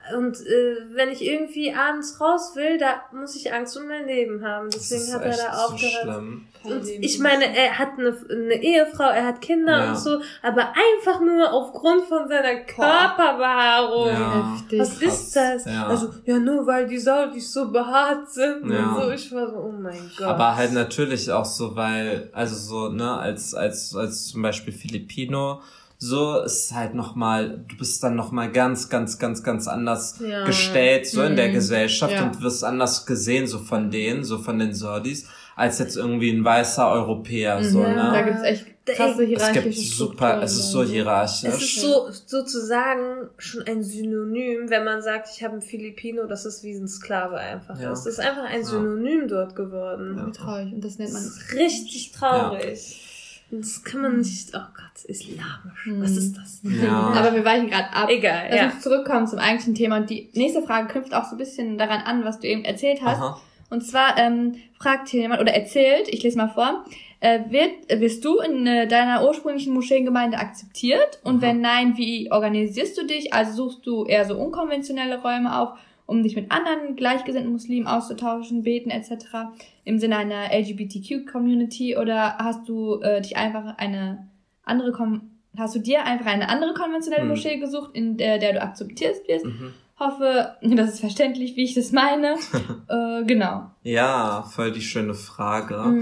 Und wenn ich irgendwie abends raus will, da muss ich Angst um mein Leben haben. Deswegen hat er da aufgehört. Und ich meine, er hat eine Ehefrau, er hat Kinder und so, aber einfach nur aufgrund von seiner Körperbehaarung. Ja. Was ist das? Ja. Also, ja, nur weil die Saudis so behaart sind und so. Ich war so, oh mein Gott. Aber halt natürlich auch so, weil, also so, ne, als zum Beispiel Filipino, so ist halt nochmal, du bist dann nochmal ganz anders gestellt, so in der Gesellschaft und wirst anders gesehen, so von den Saudis, als jetzt irgendwie ein weißer Europäer, so, ne? Da gibt's echt krasse hierarchische Strukturen. Es ist so hierarchisch. Es ist so, sozusagen schon ein Synonym, wenn man sagt, ich habe einen Filipino, das ist wie ein Sklave einfach. Ja. Es ist einfach ein Synonym dort geworden. Wie traurig. Und das nennt man... Das ist richtig traurig. Das kann man nicht, oh Gott, islamisch. Was ist das? Ja. Aber wir weichen gerade ab. Egal, Lass uns zurückkommen zum eigentlichen Thema. Und die nächste Frage knüpft auch so ein bisschen daran an, was du eben erzählt hast. Aha. Und zwar fragt hier jemand, oder erzählt, ich lese mal vor, wirst du in deiner ursprünglichen Moscheengemeinde akzeptiert? Und wenn nein, wie organisierst du dich? Also suchst du eher so unkonventionelle Räume auf, um dich mit anderen gleichgesinnten Muslimen auszutauschen, beten etc. im Sinne einer LGBTQ-Community, oder hast du dir einfach eine andere konventionelle Moschee gesucht, in der du akzeptiert wirst? Hoffe, das ist verständlich, wie ich das meine. Genau. Ja, voll die schöne Frage.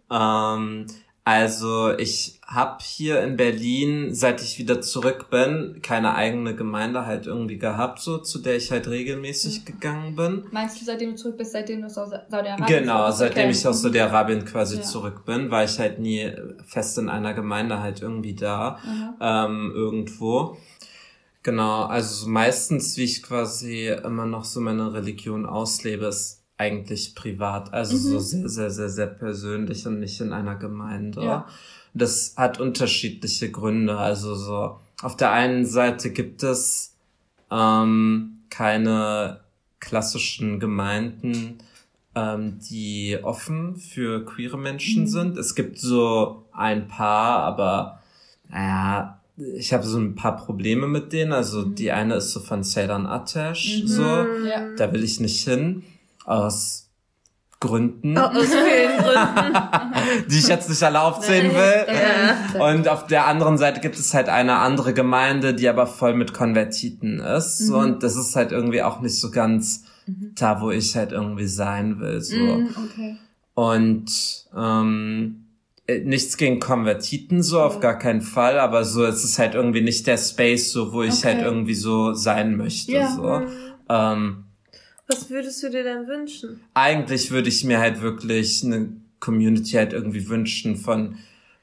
Also ich habe hier in Berlin, seit ich wieder zurück bin, keine eigene Gemeinde halt irgendwie gehabt, so zu der ich halt regelmäßig gegangen bin. Meinst du, seitdem du zurück bist, seitdem du aus Saudi-Arabien Genau, seitdem ich aus Saudi-Arabien quasi zurück bin, war ich halt nie fest in einer Gemeinde halt irgendwie da, irgendwo. Genau, also meistens, wie ich quasi immer noch so meine Religion auslebe, ist eigentlich privat, also so sehr, sehr, sehr, sehr persönlich und nicht in einer Gemeinde. Ja. Das hat unterschiedliche Gründe, also so auf der einen Seite gibt es keine klassischen Gemeinden, die offen für queere Menschen sind. Es gibt so ein paar, aber naja, ich habe so ein paar Probleme mit denen. Also die eine ist so von Seydan Atesh, da will ich nicht hin. Aus Gründen. Aus vielen Gründen. Die ich jetzt nicht alle aufzählen will. Ja. Und auf der anderen Seite gibt es halt eine andere Gemeinde, die aber voll mit Konvertiten ist. So, und das ist halt irgendwie auch nicht so ganz da, wo ich halt irgendwie sein will. So. Okay. Und nichts gegen Konvertiten, so auf gar keinen Fall, aber so, es ist halt irgendwie nicht der Space, so, wo ich halt irgendwie so sein möchte. So. Was würdest du dir denn wünschen? Eigentlich würde ich mir halt wirklich eine Community halt irgendwie wünschen von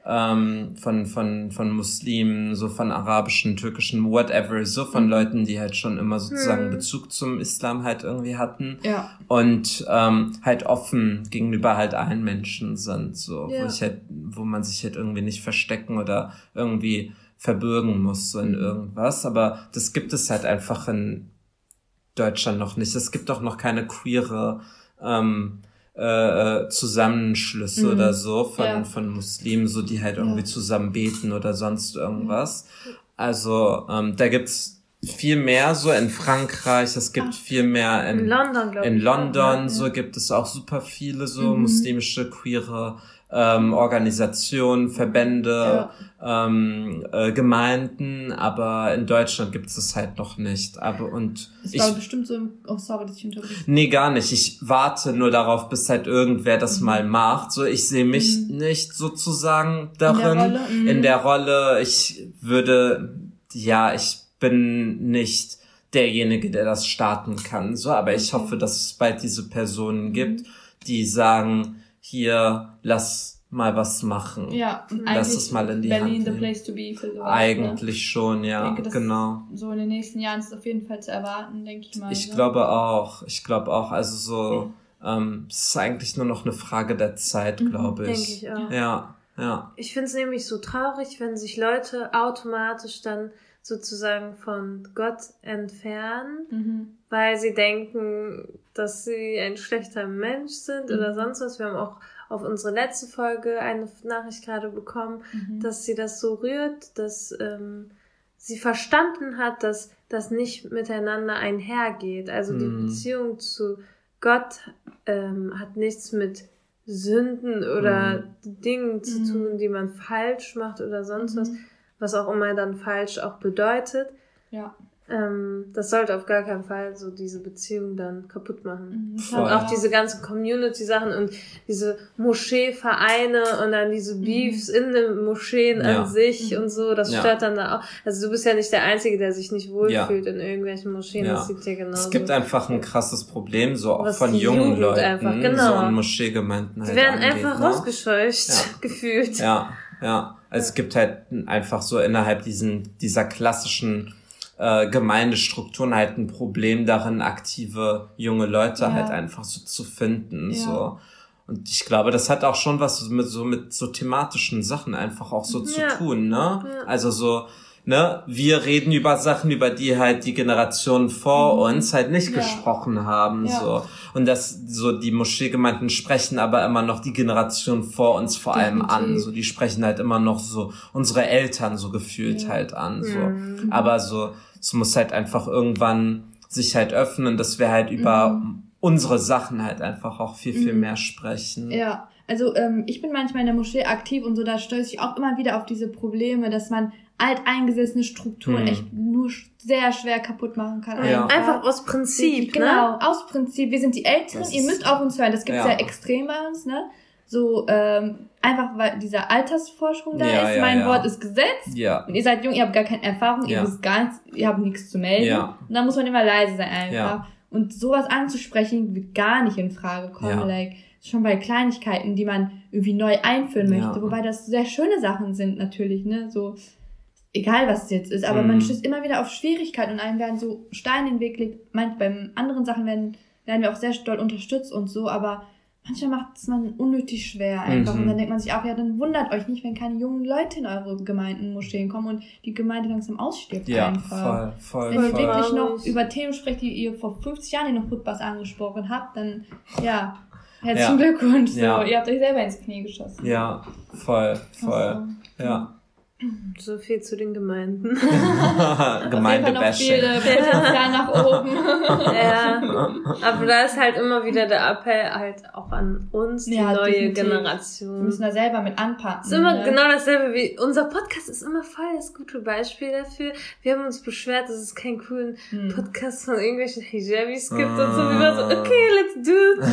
Muslimen, so von arabischen, türkischen, whatever, so von Leuten, die halt schon immer sozusagen Bezug zum Islam halt irgendwie hatten. Ja. Und halt offen gegenüber halt allen Menschen sind, so, wo man sich halt irgendwie nicht verstecken oder irgendwie verbürgen muss, so in irgendwas. Aber das gibt es halt einfach in Deutschland noch nicht. Es gibt auch noch keine queere Zusammenschlüsse oder so von Muslimen, so die halt irgendwie zusammen beten oder sonst irgendwas. Also da gibt's viel mehr so in Frankreich, es gibt viel mehr in London, glaube ich. In London so gibt es auch super viele so muslimische queere Organisationen, Verbände, Gemeinden, aber in Deutschland gibt es das halt noch nicht. Aber es war bestimmt so sorry, dass ich unterbreche. Nee, gar nicht. Ich warte nur darauf, bis halt irgendwer das mal macht. So, ich sehe mich nicht sozusagen darin. In der Rolle. Ich bin nicht derjenige, der das starten kann. So, aber ich hoffe, dass es bald diese Personen gibt, die sagen, hier, lass mal was machen. Ja, lass es mal in die Berlin Hand the nehmen. place to be für sowas. Eigentlich schon, ja, ich denke, genau. So in den nächsten Jahren ist es auf jeden Fall zu erwarten, denke ich mal. Ich glaube auch. Also so, es ist eigentlich nur noch eine Frage der Zeit, glaube ich. Denke ich auch. Ja. Ich finde es nämlich so traurig, wenn sich Leute automatisch dann sozusagen von Gott entfernen, weil sie denken, dass sie ein schlechter Mensch sind oder sonst was. Wir haben auch auf unsere letzte Folge eine Nachricht gerade bekommen, dass sie das so rührt, dass sie verstanden hat, dass das nicht miteinander einhergeht. Also die Beziehung zu Gott hat nichts mit Sünden oder Dingen zu tun, die man falsch macht oder sonst was auch immer dann falsch auch bedeutet. Ja. Das sollte auf gar keinen Fall so diese Beziehung dann kaputt machen. Voll. Und auch diese ganzen Community-Sachen und diese Moscheevereine und dann diese Beefs in den Moscheen an sich und so, das stört dann da auch. Also du bist ja nicht der Einzige, der sich nicht wohlfühlt in irgendwelchen Moscheen, das liegt ja genauso. Es gibt einfach ein krasses Problem, so auch was von die jungen Jugend Leuten, einfach, so in Moscheegemeinden halt die werden angeht, einfach rausgescheucht, gefühlt. Ja. Also es gibt halt einfach so innerhalb dieser klassischen Gemeindestrukturen halt ein Problem darin, aktive junge Leute halt einfach so zu finden, so. Und ich glaube, das hat auch schon was mit so thematischen Sachen einfach auch so zu tun, ne? Ja. Also so, ne, wir reden über Sachen, über die halt die Generationen vor uns halt nicht gesprochen haben, so. Und das, so, die Moscheegemeinden sprechen aber immer noch die Generation vor uns vor allem an, so. Die sprechen halt immer noch so unsere Eltern so gefühlt halt an, so. Aber so, es muss halt einfach irgendwann sich halt öffnen, dass wir halt über unsere Sachen halt einfach auch viel mehr sprechen. Ja, also ich bin manchmal in der Moschee aktiv und so, da stöße ich auch immer wieder auf diese Probleme, dass man alteingesessene Strukturen echt nur sehr schwer kaputt machen kann. Ja. Einfach aus Prinzip, Genau, aus Prinzip. Wir sind die Älteren, ihr müsst auf uns hören. Das gibt's ja extrem bei uns, ne? So, einfach weil dieser Altersvorsprung da ist. Mein Wort ist Gesetz. Ja. Und ihr seid jung, ihr habt gar keine Erfahrung, ihr wisst gar nichts, ihr habt nichts zu melden. Ja. Und da muss man immer leise sein einfach. Ja. Und sowas anzusprechen, wird gar nicht in Frage kommen. Ja. Like, schon bei Kleinigkeiten, die man irgendwie neu einführen möchte. Wobei das sehr schöne Sachen sind natürlich, ne? So, egal was es jetzt ist. Aber man stößt immer wieder auf Schwierigkeiten und einem werden so Steine in den Weg gelegt. Bei anderen Sachen werden wir auch sehr doll unterstützt und so, aber manchmal macht es man unnötig schwer einfach. Und dann denkt man sich auch, ja, dann wundert euch nicht, wenn keine jungen Leute in eure Gemeinden, Moscheen kommen und die Gemeinde langsam ausstirbt einfach. Voll. Wenn ihr wirklich noch über Themen sprecht, die ihr vor 50 Jahren in den Hutbas angesprochen habt, dann, ja, herzlichen Glückwunsch. So. Ihr habt euch selber ins Knie geschossen. Ja, voll. Ja. So viel zu den Gemeinden. Gemeindebashing. Potenzial nach oben. Aber da ist halt immer wieder der Appell halt auch an uns, die neue Generation. Wir müssen da selber mit anpacken. Es ist immer genau dasselbe wie, unser Podcast ist immer voll das gute Beispiel dafür. Wir haben uns beschwert, dass es keinen coolen Podcast von irgendwelchen Hijabis gibt und so. Wir waren so, okay, let's do it.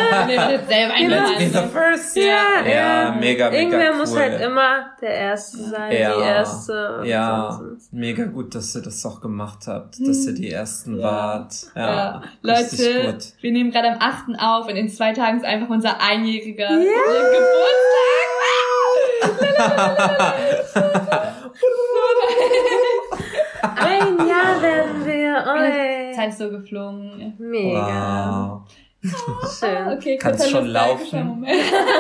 Let's be the first. Ja, mega Irgendwer cool. muss halt immer der Erste sein. Die erste. Ja, mega gut, dass ihr das auch gemacht habt, dass ihr die Ersten wart. Ja, Leute, wir nehmen gerade am 8. auf und in 2 Tagen ist einfach unser einjähriger Geburtstag. Ein Jahr werden wir. Zeit ist so geflogen. Mega. Wow. Schön. Okay, kannst schon laufen. Moment.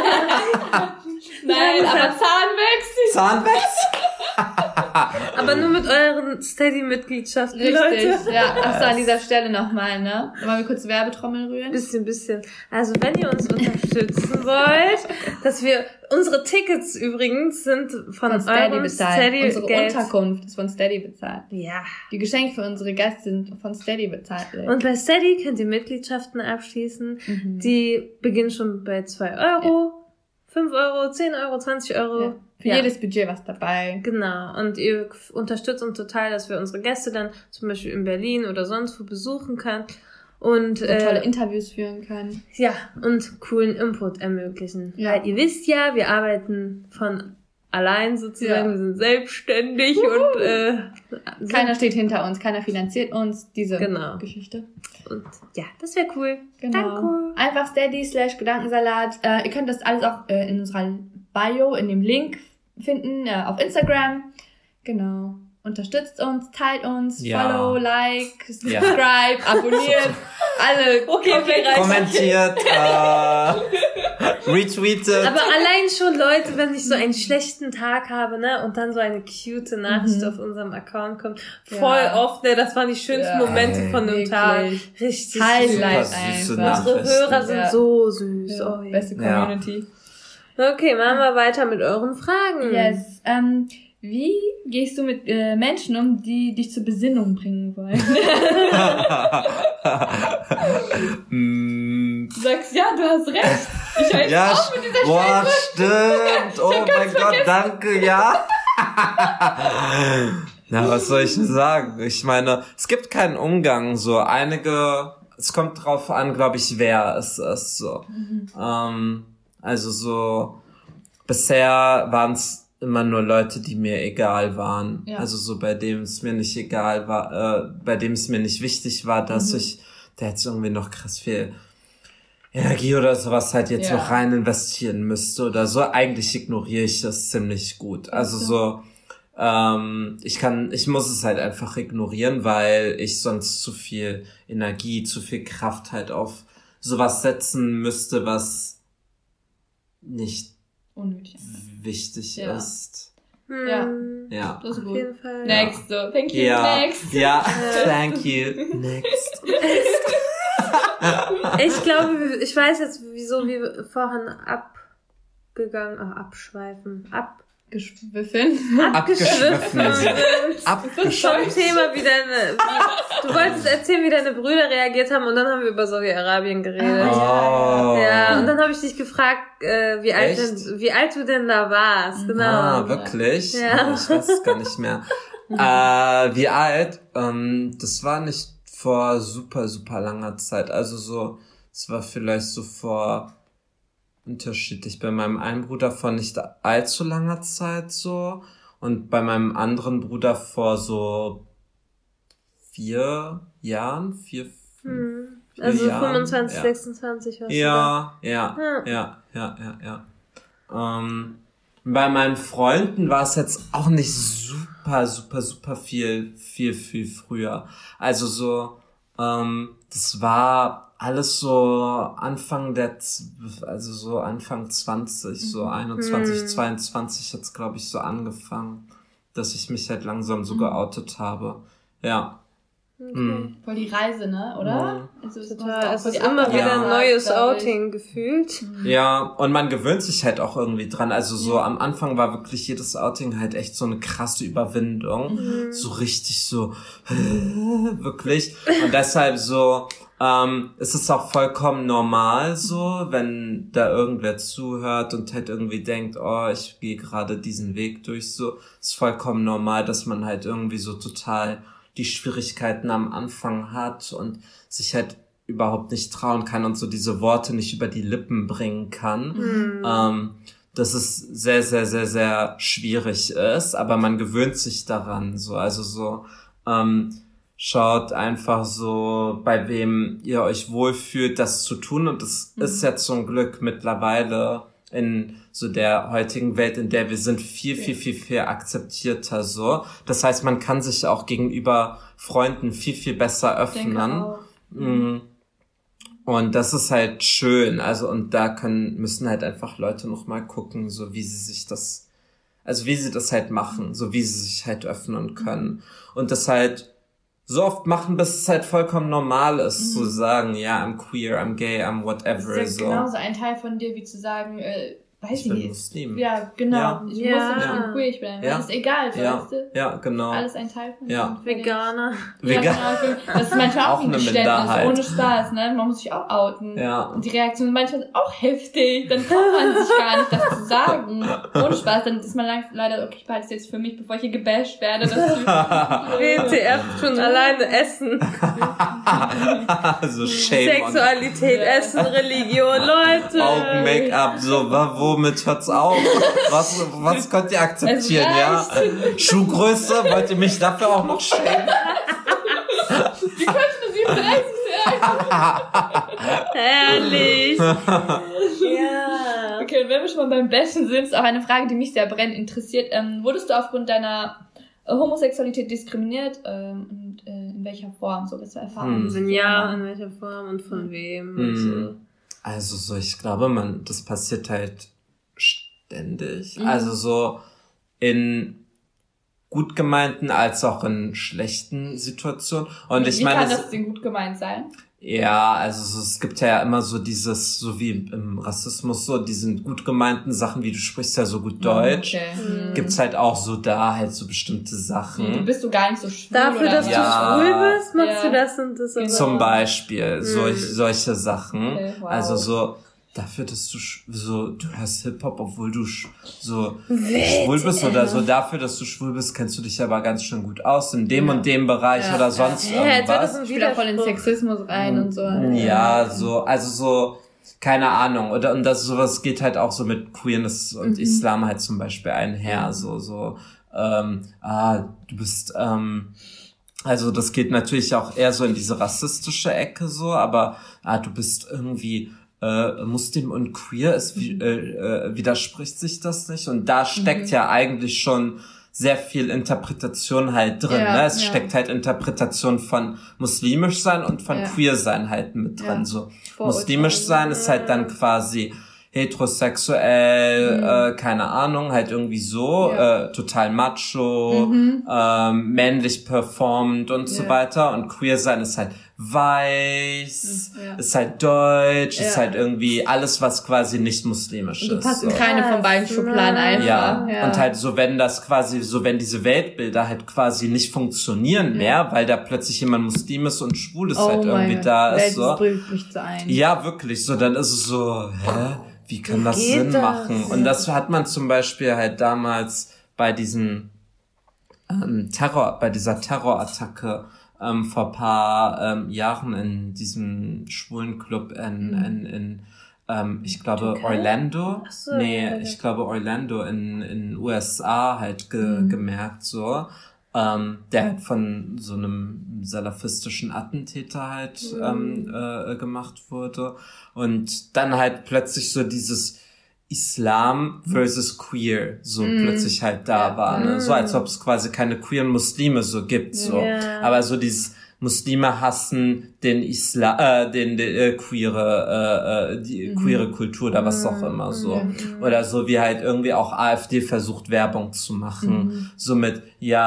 Nein, aber Zahnwechsel. Aber nur mit euren Steady-Mitgliedschaften, Richtig, Leute. Ja. Achso, an dieser Stelle nochmal, ne? Wollen wir kurz Werbetrommel rühren? Bisschen. Also, wenn ihr uns unterstützen wollt, dass wir, unsere Tickets übrigens sind von Steady bezahlt. Unsere Geld. Unterkunft ist von Steady bezahlt. Ja. Die Geschenke für unsere Gäste sind von Steady bezahlt. Und bei Steady könnt ihr Mitgliedschaften abschließen. Die beginnen schon bei 2 Euro. 5 Euro, 10 Euro, 20 Euro. Ja. Für jedes Budget was dabei. Genau. Und ihr unterstützt uns total, dass wir unsere Gäste dann zum Beispiel in Berlin oder sonst wo besuchen können. Und tolle Interviews führen können. Ja, und coolen Input ermöglichen. Ja. Weil ihr wisst ja, wir arbeiten von allein sozusagen, wir sind selbstständig und keiner steht hinter uns, keiner finanziert uns, diese Geschichte. Und ja, das wäre cool. Genau. Danke. Einfach Steady/Gedankensalat. Ihr könnt das alles auch in unserer Bio, in dem Link finden, auf Instagram. Genau. Unterstützt uns, teilt uns, follow, like, subscribe, abonniert, alle kommentiert, retweetet. Aber allein schon, Leute, wenn ich so einen schlechten Tag habe, ne, und dann so eine cute Nachricht auf unserem Account kommt, voll oft, ne, das waren die schönsten Momente von dem Tag. Richtig Highlight süß. einfach. Unsere Hörer sind so süß. Ja, beste Community. Okay, machen wir weiter mit euren Fragen. Yes. Wie gehst du mit Menschen um, die dich zur Besinnung bringen wollen? Du sagst, ja, du hast recht. Ich höre jetzt auf mit dieser boah, stimmt. Oh mein Gott, danke, ja. Na, was soll ich denn sagen? Ich meine, es gibt keinen Umgang, so es kommt drauf an, glaube ich, wer es ist, so. Also so, bisher waren es immer nur Leute, die mir egal waren. Ja. Also so, bei dem es mir nicht egal war, bei dem es mir nicht wichtig war, dass der jetzt irgendwie noch krass viel Energie oder sowas halt jetzt noch rein investieren müsste oder so. Eigentlich ignoriere ich das ziemlich gut. Also so, ich muss es halt einfach ignorieren, weil ich sonst zu viel Energie, zu viel Kraft halt auf sowas setzen müsste, was nicht unnötig wichtig ist. Ja. Das ist gut. Auf jeden Fall. Next, so. Thank you, next. Ja, thank you, next. Ich glaube, ich weiß jetzt, wieso wir vorhin abgeschwiffen vom Thema, du wolltest erzählen, wie deine Brüder reagiert haben und dann haben wir über Saudi-Arabien geredet. Ja, und dann habe ich dich gefragt, wie alt du denn da warst. Genau. Ah, wirklich? Ja. Ich weiß es gar nicht mehr. Wie alt? Das war nicht vor super, super langer Zeit. Also so, es war vielleicht so vor unterschiedlich. Bei meinem einen Bruder vor nicht allzu langer Zeit so und bei meinem anderen Bruder vor so 4 Jahren, 4 also Jahren. 25, 26 was Ja. Bei meinen Freunden war es jetzt auch nicht super viel früher. Also so, das war alles so Anfang 20, so 21, 22 hat's, glaube ich, so angefangen, dass ich mich halt langsam so geoutet habe. Ja. Okay. Voll die Reise, ne? Oder? Total. Es ist immer wieder ein neues Outing gefühlt. Ja, und man gewöhnt sich halt auch irgendwie dran. Also so am Anfang war wirklich jedes Outing halt echt so eine krasse Überwindung. So richtig so, wirklich. Und deshalb so, es ist auch vollkommen normal so, wenn da irgendwer zuhört und halt irgendwie denkt, oh, ich gehe gerade diesen Weg durch, so, ist vollkommen normal, dass man halt irgendwie so total die Schwierigkeiten am Anfang hat und sich halt überhaupt nicht trauen kann und so diese Worte nicht über die Lippen bringen kann. Dass es sehr, sehr, sehr, sehr schwierig ist, aber man gewöhnt sich daran, so, also so, schaut einfach so, bei wem ihr euch wohlfühlt, das zu tun. Und es ist ja zum Glück mittlerweile in so der heutigen Welt, in der wir sind, viel akzeptierter so. Das heißt, man kann sich auch gegenüber Freunden viel besser öffnen. Und das ist halt schön. Also, und da müssen halt einfach Leute noch mal gucken, so wie sie das halt machen, so wie sie sich halt öffnen können. Und das halt so oft machen, bis es halt vollkommen normal ist, zu sagen, ja, I'm queer, I'm gay, I'm whatever. Das ist ja genauso ein Teil von dir, wie zu sagen, weiß ich bin nicht. Muslim. Ja, genau. Ja. Ich muss nicht queer bleiben. Ja. Das ist egal, weißt du? Ja, genau. Alles ein Teil von dir. Ja. Veganer. Ja, genau. Das ist manchmal auch ein eine Geständnis, Minderheit. ohne Spaß, ne? Man muss sich auch outen. Ja. Und die Reaktion ist manchmal auch heftig. Dann traut man sich gar nicht, das zu sagen. Ohne Spaß. Dann ist man leider, okay, ich behalte es jetzt für mich, bevor ich hier gebasht werde. WTF schon alleine essen. So shame Sexualität, Essen, Religion, Leute. Augen, Make-up, so, womit hört's auf? Was könnt ihr akzeptieren, ja? Schuhgröße, wollt ihr mich dafür auch noch schämen? Wie könnte 37 sein? Herrlich. Ja. Okay, und wenn wir schon mal beim Bashen sind, ist auch eine Frage, die mich sehr brennend interessiert. Wurdest du aufgrund deiner Homosexualität diskriminiert? Und in welcher Form? So, was du erfahren? Wenn ja, in welcher Form und von wem? Und so. Also so, ich glaube, das passiert halt ständig. Also so in gut gemeinten als auch in schlechten Situationen. Und ich meine, kann das denn gut gemeint sein? Ja, also es gibt ja immer so dieses, so wie im Rassismus, so diesen gut gemeinten Sachen, wie du sprichst ja so gut Deutsch, gibt's halt auch so da halt so bestimmte Sachen. Bist du gar nicht so schwul? Dafür, dass du schwul bist, machst du das und das. Und Zum Beispiel, solche Sachen. Okay, wow. Also so, dafür, dass du du hörst Hip-Hop, obwohl du so schwul bist oder so, dafür, dass du schwul bist, kennst du dich aber ganz schön gut aus in dem und dem Bereich oder sonst irgendwas. Ich spiele voll in Sexismus rein und so. Ja, keine Ahnung. Und das sowas geht halt auch so mit Queerness und Islam halt zum Beispiel einher. Du bist, also das geht natürlich auch eher so in diese rassistische Ecke so, aber du bist irgendwie Muslim und queer, widerspricht sich das nicht. Und da steckt ja eigentlich schon sehr viel Interpretation halt drin. Ne? Es steckt halt Interpretation von muslimisch sein und von queer sein halt mit drin. So muslimisch sein ist halt dann quasi heterosexuell, keine Ahnung, halt irgendwie so, total macho, männlich performend und so weiter. Und queer sein ist halt weiß, ist halt deutsch, ist halt irgendwie alles, was quasi nicht muslimisch ist. Du passt in keine von beiden Schubladen einfach. Ja, und halt so, wenn diese Weltbilder halt quasi nicht funktionieren mehr, weil da plötzlich jemand Muslim ist und schwul ist halt irgendwie da ist, so. Ja, wirklich, so, dann ist es so, wie kann das Sinn machen? Und das hat man zum Beispiel halt damals bei diesen bei dieser Terrorattacke vor paar Jahren in diesem schwulen Club in ich glaube Orlando. Ich glaube Orlando in USA halt gemerkt so. Der halt von so einem salafistischen Attentäter halt gemacht wurde. Und dann halt plötzlich so dieses Islam versus Queer so plötzlich halt da war, ne? So als ob es quasi keine queeren Muslime so gibt, so. Aber so dieses Muslime hassen den Islam, die queere Kultur oder was auch immer, so. Oder so wie halt irgendwie auch AfD versucht, Werbung zu machen. So mit,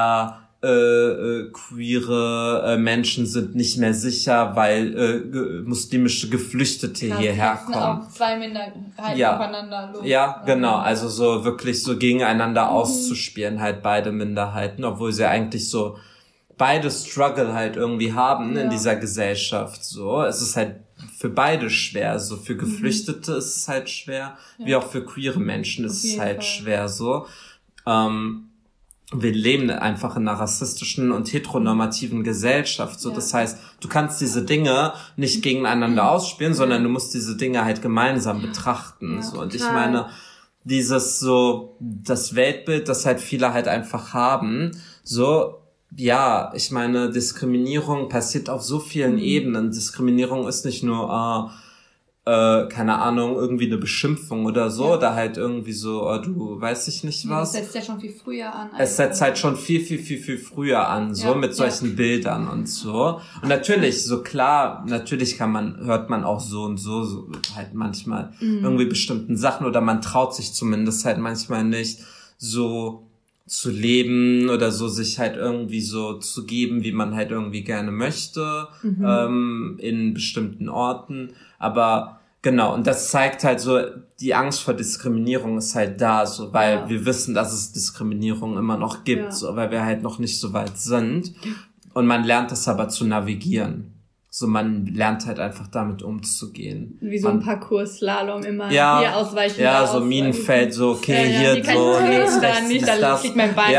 queere Menschen sind nicht mehr sicher, weil muslimische Geflüchtete hierher kommen. Auch zwei Minderheiten aufeinander los. Ja, genau. Also so wirklich so gegeneinander auszuspielen, halt beide Minderheiten, obwohl sie eigentlich so beide Struggle halt irgendwie haben in dieser Gesellschaft. So, es ist halt für beide schwer. So für Geflüchtete ist es halt schwer, wie auch für queere Menschen ist es halt schwer. So. Wir leben einfach in einer rassistischen und heteronormativen Gesellschaft. So, das heißt, du kannst diese Dinge nicht gegeneinander ausspielen, sondern du musst diese Dinge halt gemeinsam betrachten. So, und ich meine, dieses so, das Weltbild, das halt viele halt einfach haben, so, ich meine, Diskriminierung passiert auf so vielen Ebenen. Diskriminierung ist nicht nur, keine Ahnung, irgendwie eine Beschimpfung oder so, oder halt irgendwie so, du weiß ich nicht was. Es setzt ja schon viel früher an. Es setzt halt schon viel früher an, so mit solchen Bildern und so. Und natürlich, so klar, natürlich hört man auch so halt manchmal irgendwie bestimmten Sachen, oder man traut sich zumindest halt manchmal nicht, so zu leben oder so sich halt irgendwie so zu geben, wie man halt irgendwie gerne möchte, in bestimmten Orten. Aber genau, und das zeigt halt so, die Angst vor Diskriminierung ist halt da, so, weil wir wissen, dass es Diskriminierung immer noch gibt, so, weil wir halt noch nicht so weit sind. Und man lernt das aber zu navigieren. So, man lernt halt einfach damit umzugehen. Wie so ein Parcours-Slalom immer. Hier ausweichen. Ja, so Minenfeld, so, okay, hier so, links, rechts, nicht, dann fliegt mein Bein.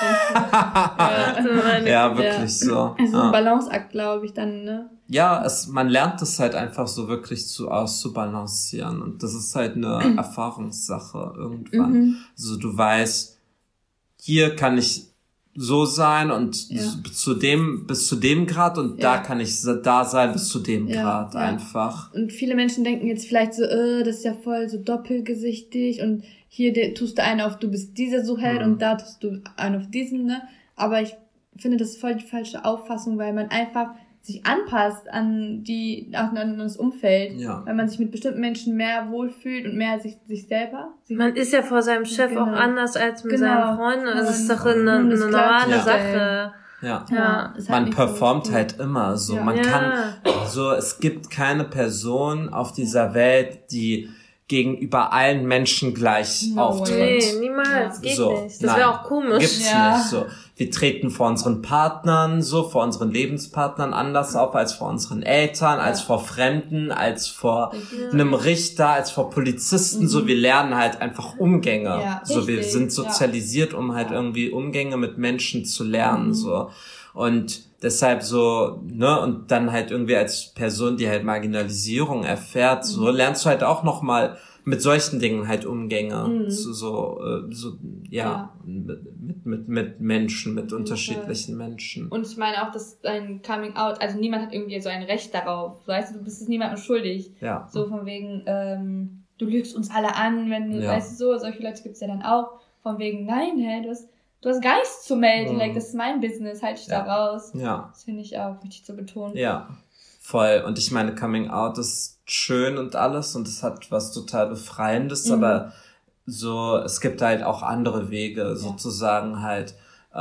Wirklich so. Also ein Balanceakt, glaube ich, dann, ne? Ja, man lernt es halt einfach so wirklich auszubalancieren. Und das ist halt eine Erfahrungssache irgendwann. Also du weißt, hier kann ich so sein und bis zu dem Grad, und da kann ich da sein bis zu dem Grad einfach. Und viele Menschen denken jetzt vielleicht so, das ist ja voll so doppelgesichtig, und hier tust du einen auf, du bist dieser Suhel, und da tust du einen auf diesen, ne? Aber ich finde, das ist voll die falsche Auffassung, weil man einfach sich anpasst an das Umfeld, weil man sich mit bestimmten Menschen mehr wohlfühlt und mehr sich selber. Man ist ja vor seinem Chef auch anders als mit seinen Freunden. Also es ist doch eine normale Sache. Ja. Man performt halt immer so. Man kann so, es gibt keine Person auf dieser Welt, die gegenüber allen Menschen gleich auftritt. Nee, niemals. Geht nicht. Das wäre auch komisch. Gibt's nicht so. Wir treten vor unseren Partnern so, vor unseren Lebenspartnern anders auf als vor unseren Eltern, als vor Fremden, als vor einem Richter, als vor Polizisten. So, wir lernen halt einfach Umgänge. Ja, so, wir sind sozialisiert, um halt irgendwie Umgänge mit Menschen zu lernen. So. Und deshalb so, ne, und dann halt irgendwie als Person, die halt Marginalisierung erfährt, so lernst du halt auch nochmal mit solchen Dingen halt Umgänge, mit Menschen, mit unterschiedlichen Menschen. Und ich meine auch, dass ein Coming Out, also niemand hat irgendwie so ein Recht darauf, weißt du, du bist es niemandem schuldig. Ja. So von wegen, du lügst uns alle an, wenn du, weißt du, so, solche Leute gibt's ja dann auch, von wegen, nein, du hast gar nichts zu melden, like, das ist mein Business, halt dich da raus. Ja. Das finde ich auch wichtig zu betonen. Ja, voll. Und ich meine, Coming Out ist schön und alles und es hat was total Befreiendes, aber so, es gibt halt auch andere Wege, sozusagen halt,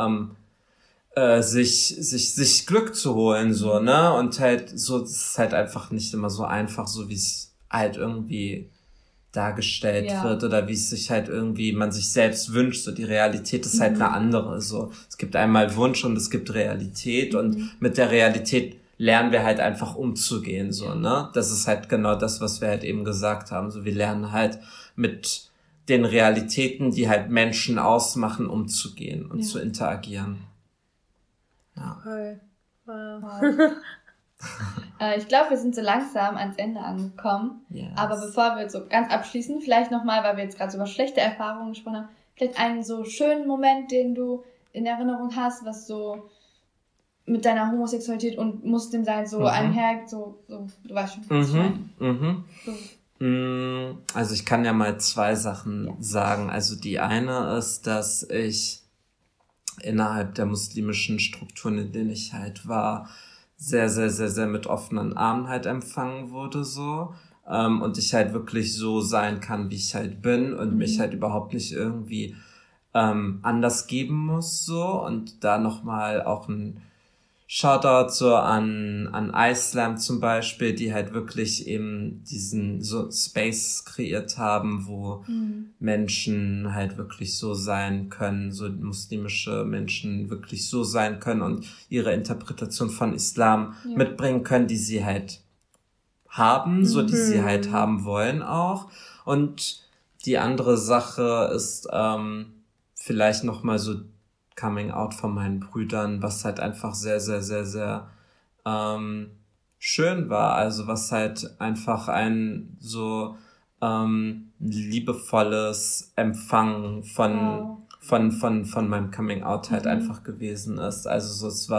sich Glück zu holen, so, ne? Und halt, so, es ist halt einfach nicht immer so einfach, so wie es halt irgendwie dargestellt wird oder wie es sich halt irgendwie man sich selbst wünscht, so die Realität ist halt eine andere, so es gibt einmal Wunsch und es gibt Realität und mit der Realität lernen wir halt einfach umzugehen, so, ne, das ist halt genau das, was wir halt eben gesagt haben, so wir lernen halt mit den Realitäten, die halt Menschen ausmachen, umzugehen und zu interagieren. Ja. Cool. Wow. Ich glaube, wir sind so langsam ans Ende angekommen. Yes. Aber bevor wir so ganz abschließen, vielleicht nochmal, weil wir jetzt gerade so über schlechte Erfahrungen gesprochen haben, vielleicht einen so schönen Moment, den du in Erinnerung hast, was so mit deiner Homosexualität und Muslimsein so einher, so, du weißt schon, was ich meine. So. Also ich kann ja mal 2 Sachen sagen. Also die eine ist, dass ich innerhalb der muslimischen Strukturen, in denen ich halt war, sehr, sehr, sehr, sehr mit offenen Armen halt empfangen wurde, so. Und ich halt wirklich so sein kann, wie ich halt bin und mich halt überhaupt nicht irgendwie anders geben muss, so. Und da nochmal auch ein Shoutout so an Islam zum Beispiel, die halt wirklich eben diesen so Space kreiert haben, wo Menschen halt wirklich so sein können, so muslimische Menschen wirklich so sein können und ihre Interpretation von Islam mitbringen können, die sie halt haben, so die sie halt haben wollen auch. Und die andere Sache ist vielleicht nochmal so Coming Out von meinen Brüdern, was halt einfach sehr, sehr, sehr, sehr schön war. Also was halt einfach ein so liebevolles Empfangen von meinem Coming Out halt einfach gewesen ist. Also so sie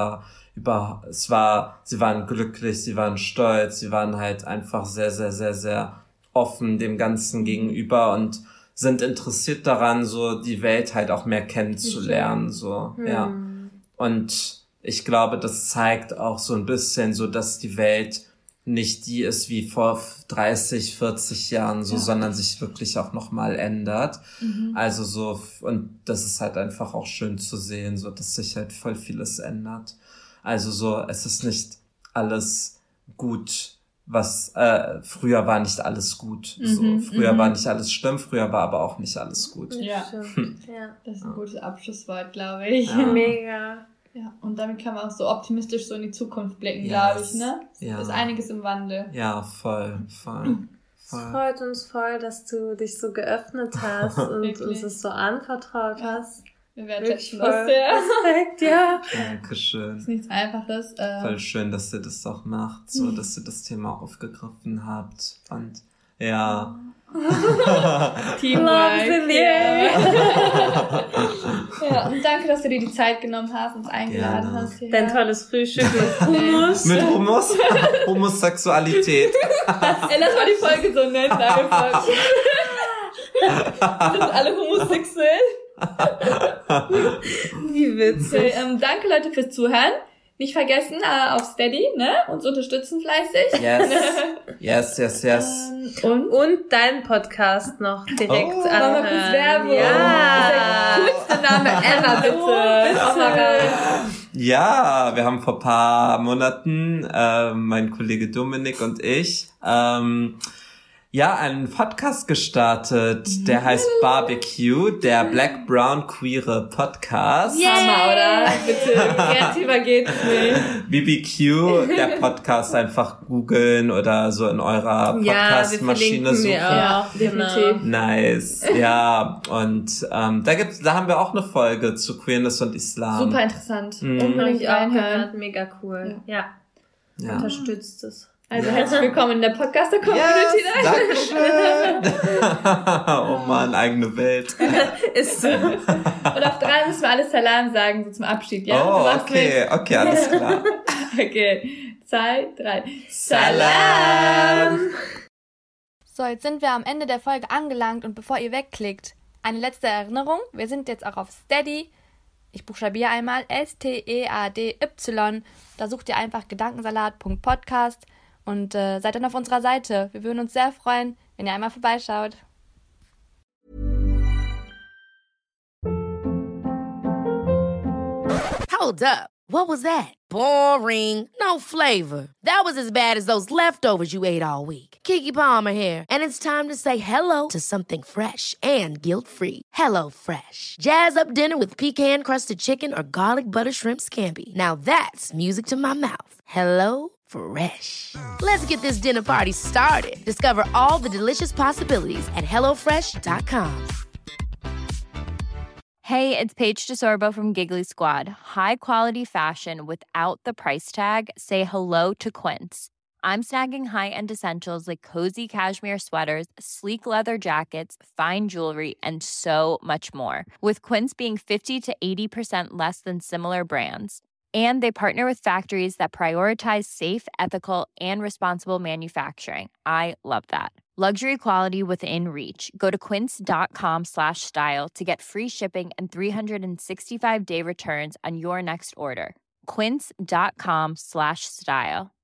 waren glücklich, sie waren stolz, sie waren halt einfach sehr, sehr, sehr, sehr offen dem Ganzen gegenüber und sind interessiert daran, so die Welt halt auch mehr kennenzulernen, so, ja. Und ich glaube, das zeigt auch so ein bisschen so, dass die Welt nicht die ist wie vor 30, 40 Jahren, so, sondern sich wirklich auch nochmal ändert. Also so, und das ist halt einfach auch schön zu sehen, so, dass sich halt voll vieles ändert. Also so, es ist nicht alles gut, was früher war nicht alles gut. So. Früher war nicht alles schlimm, früher war aber auch nicht alles gut. Ja, das ist ein gutes Abschlusswort, glaube ich. Ja. Mega. Ja, und damit kann man auch so optimistisch so in die Zukunft blicken, glaube ich, ne? Ja. Ist einiges im Wandel. Ja, voll. Es freut uns voll, dass du dich so geöffnet hast und uns das so anvertraut hast. Wir wertschätzen das sehr. Respekt, ja. Dankeschön. Das ist nichts Einfaches. Voll schön, dass ihr das auch macht, so, dass ihr das Thema aufgegriffen habt. Und ja. Teamwork. Ja, und danke, dass du dir die Zeit genommen hast und uns eingeladen hast. Dein tolles Frühstück mit Hummus. Mit Hummus? Homosexualität. Lass mal die Folge so nennen. Sind alle homosexuell? Wie witzig. Okay, danke Leute fürs Zuhören. Nicht vergessen, auf Steady, ne? Uns unterstützen fleißig. Yes. Und deinen Podcast noch direkt anhören. Mal kurz Werbung. Ja. Das ist der coolste Name Emma, bitte. Oh mein Gott. Ja, wir haben vor paar Monaten, mein Kollege Dominik und ich, einen Podcast gestartet, der heißt Barbecue, der Black Brown Queere Podcast. Hammer, oder? Bitte, kreativer geht's nicht. BBQ, der Podcast, einfach googeln oder so in eurer Podcast-Maschine suchen. Ja, definitiv. Nice, ja, und da haben wir auch eine Folge zu Queerness und Islam. Super interessant. Unbedingt reinhören. auch mega cool. Ja. Unterstützt es. Also herzlich willkommen in der Podcaster-Community. Yes, Dankeschön. Oh Mann, eigene Welt. Ist so. Und auf 3 müssen wir alles Salam sagen, so zum Abschied, ja? Oh, okay, alles klar. Okay, 2, 3. Salam! So, jetzt sind wir am Ende der Folge angelangt und bevor ihr wegklickt, eine letzte Erinnerung. Wir sind jetzt auch auf Steady. Ich buchstabiere einmal STEADY. Da sucht ihr einfach gedankensalat.podcast und seid dann auf unserer Seite. Wir würden uns sehr freuen, wenn ihr einmal vorbeischaut. Hold up. What was that? Boring. No flavor. That was as bad as those leftovers you ate all week. Keke Palmer here, and it's time to say hello to something fresh and guilt-free. Hello Fresh. Jazz up dinner with pecan-crusted chicken or garlic butter shrimp scampi. Now that's music to my mouth. Hello Fresh. Let's get this dinner party started. Discover all the delicious possibilities at HelloFresh.com. Hey, it's Paige DeSorbo from Giggly Squad. High quality fashion without the price tag. Say hello to Quince. I'm snagging high-end essentials like cozy cashmere sweaters, sleek leather jackets, fine jewelry, and so much more. With Quince being 50 to 80% less than similar brands. And they partner with factories that prioritize safe, ethical, and responsible manufacturing. I love that. Luxury quality within reach. Go to quince.com/style to get free shipping and 365-day returns on your next order. Quince.com/style.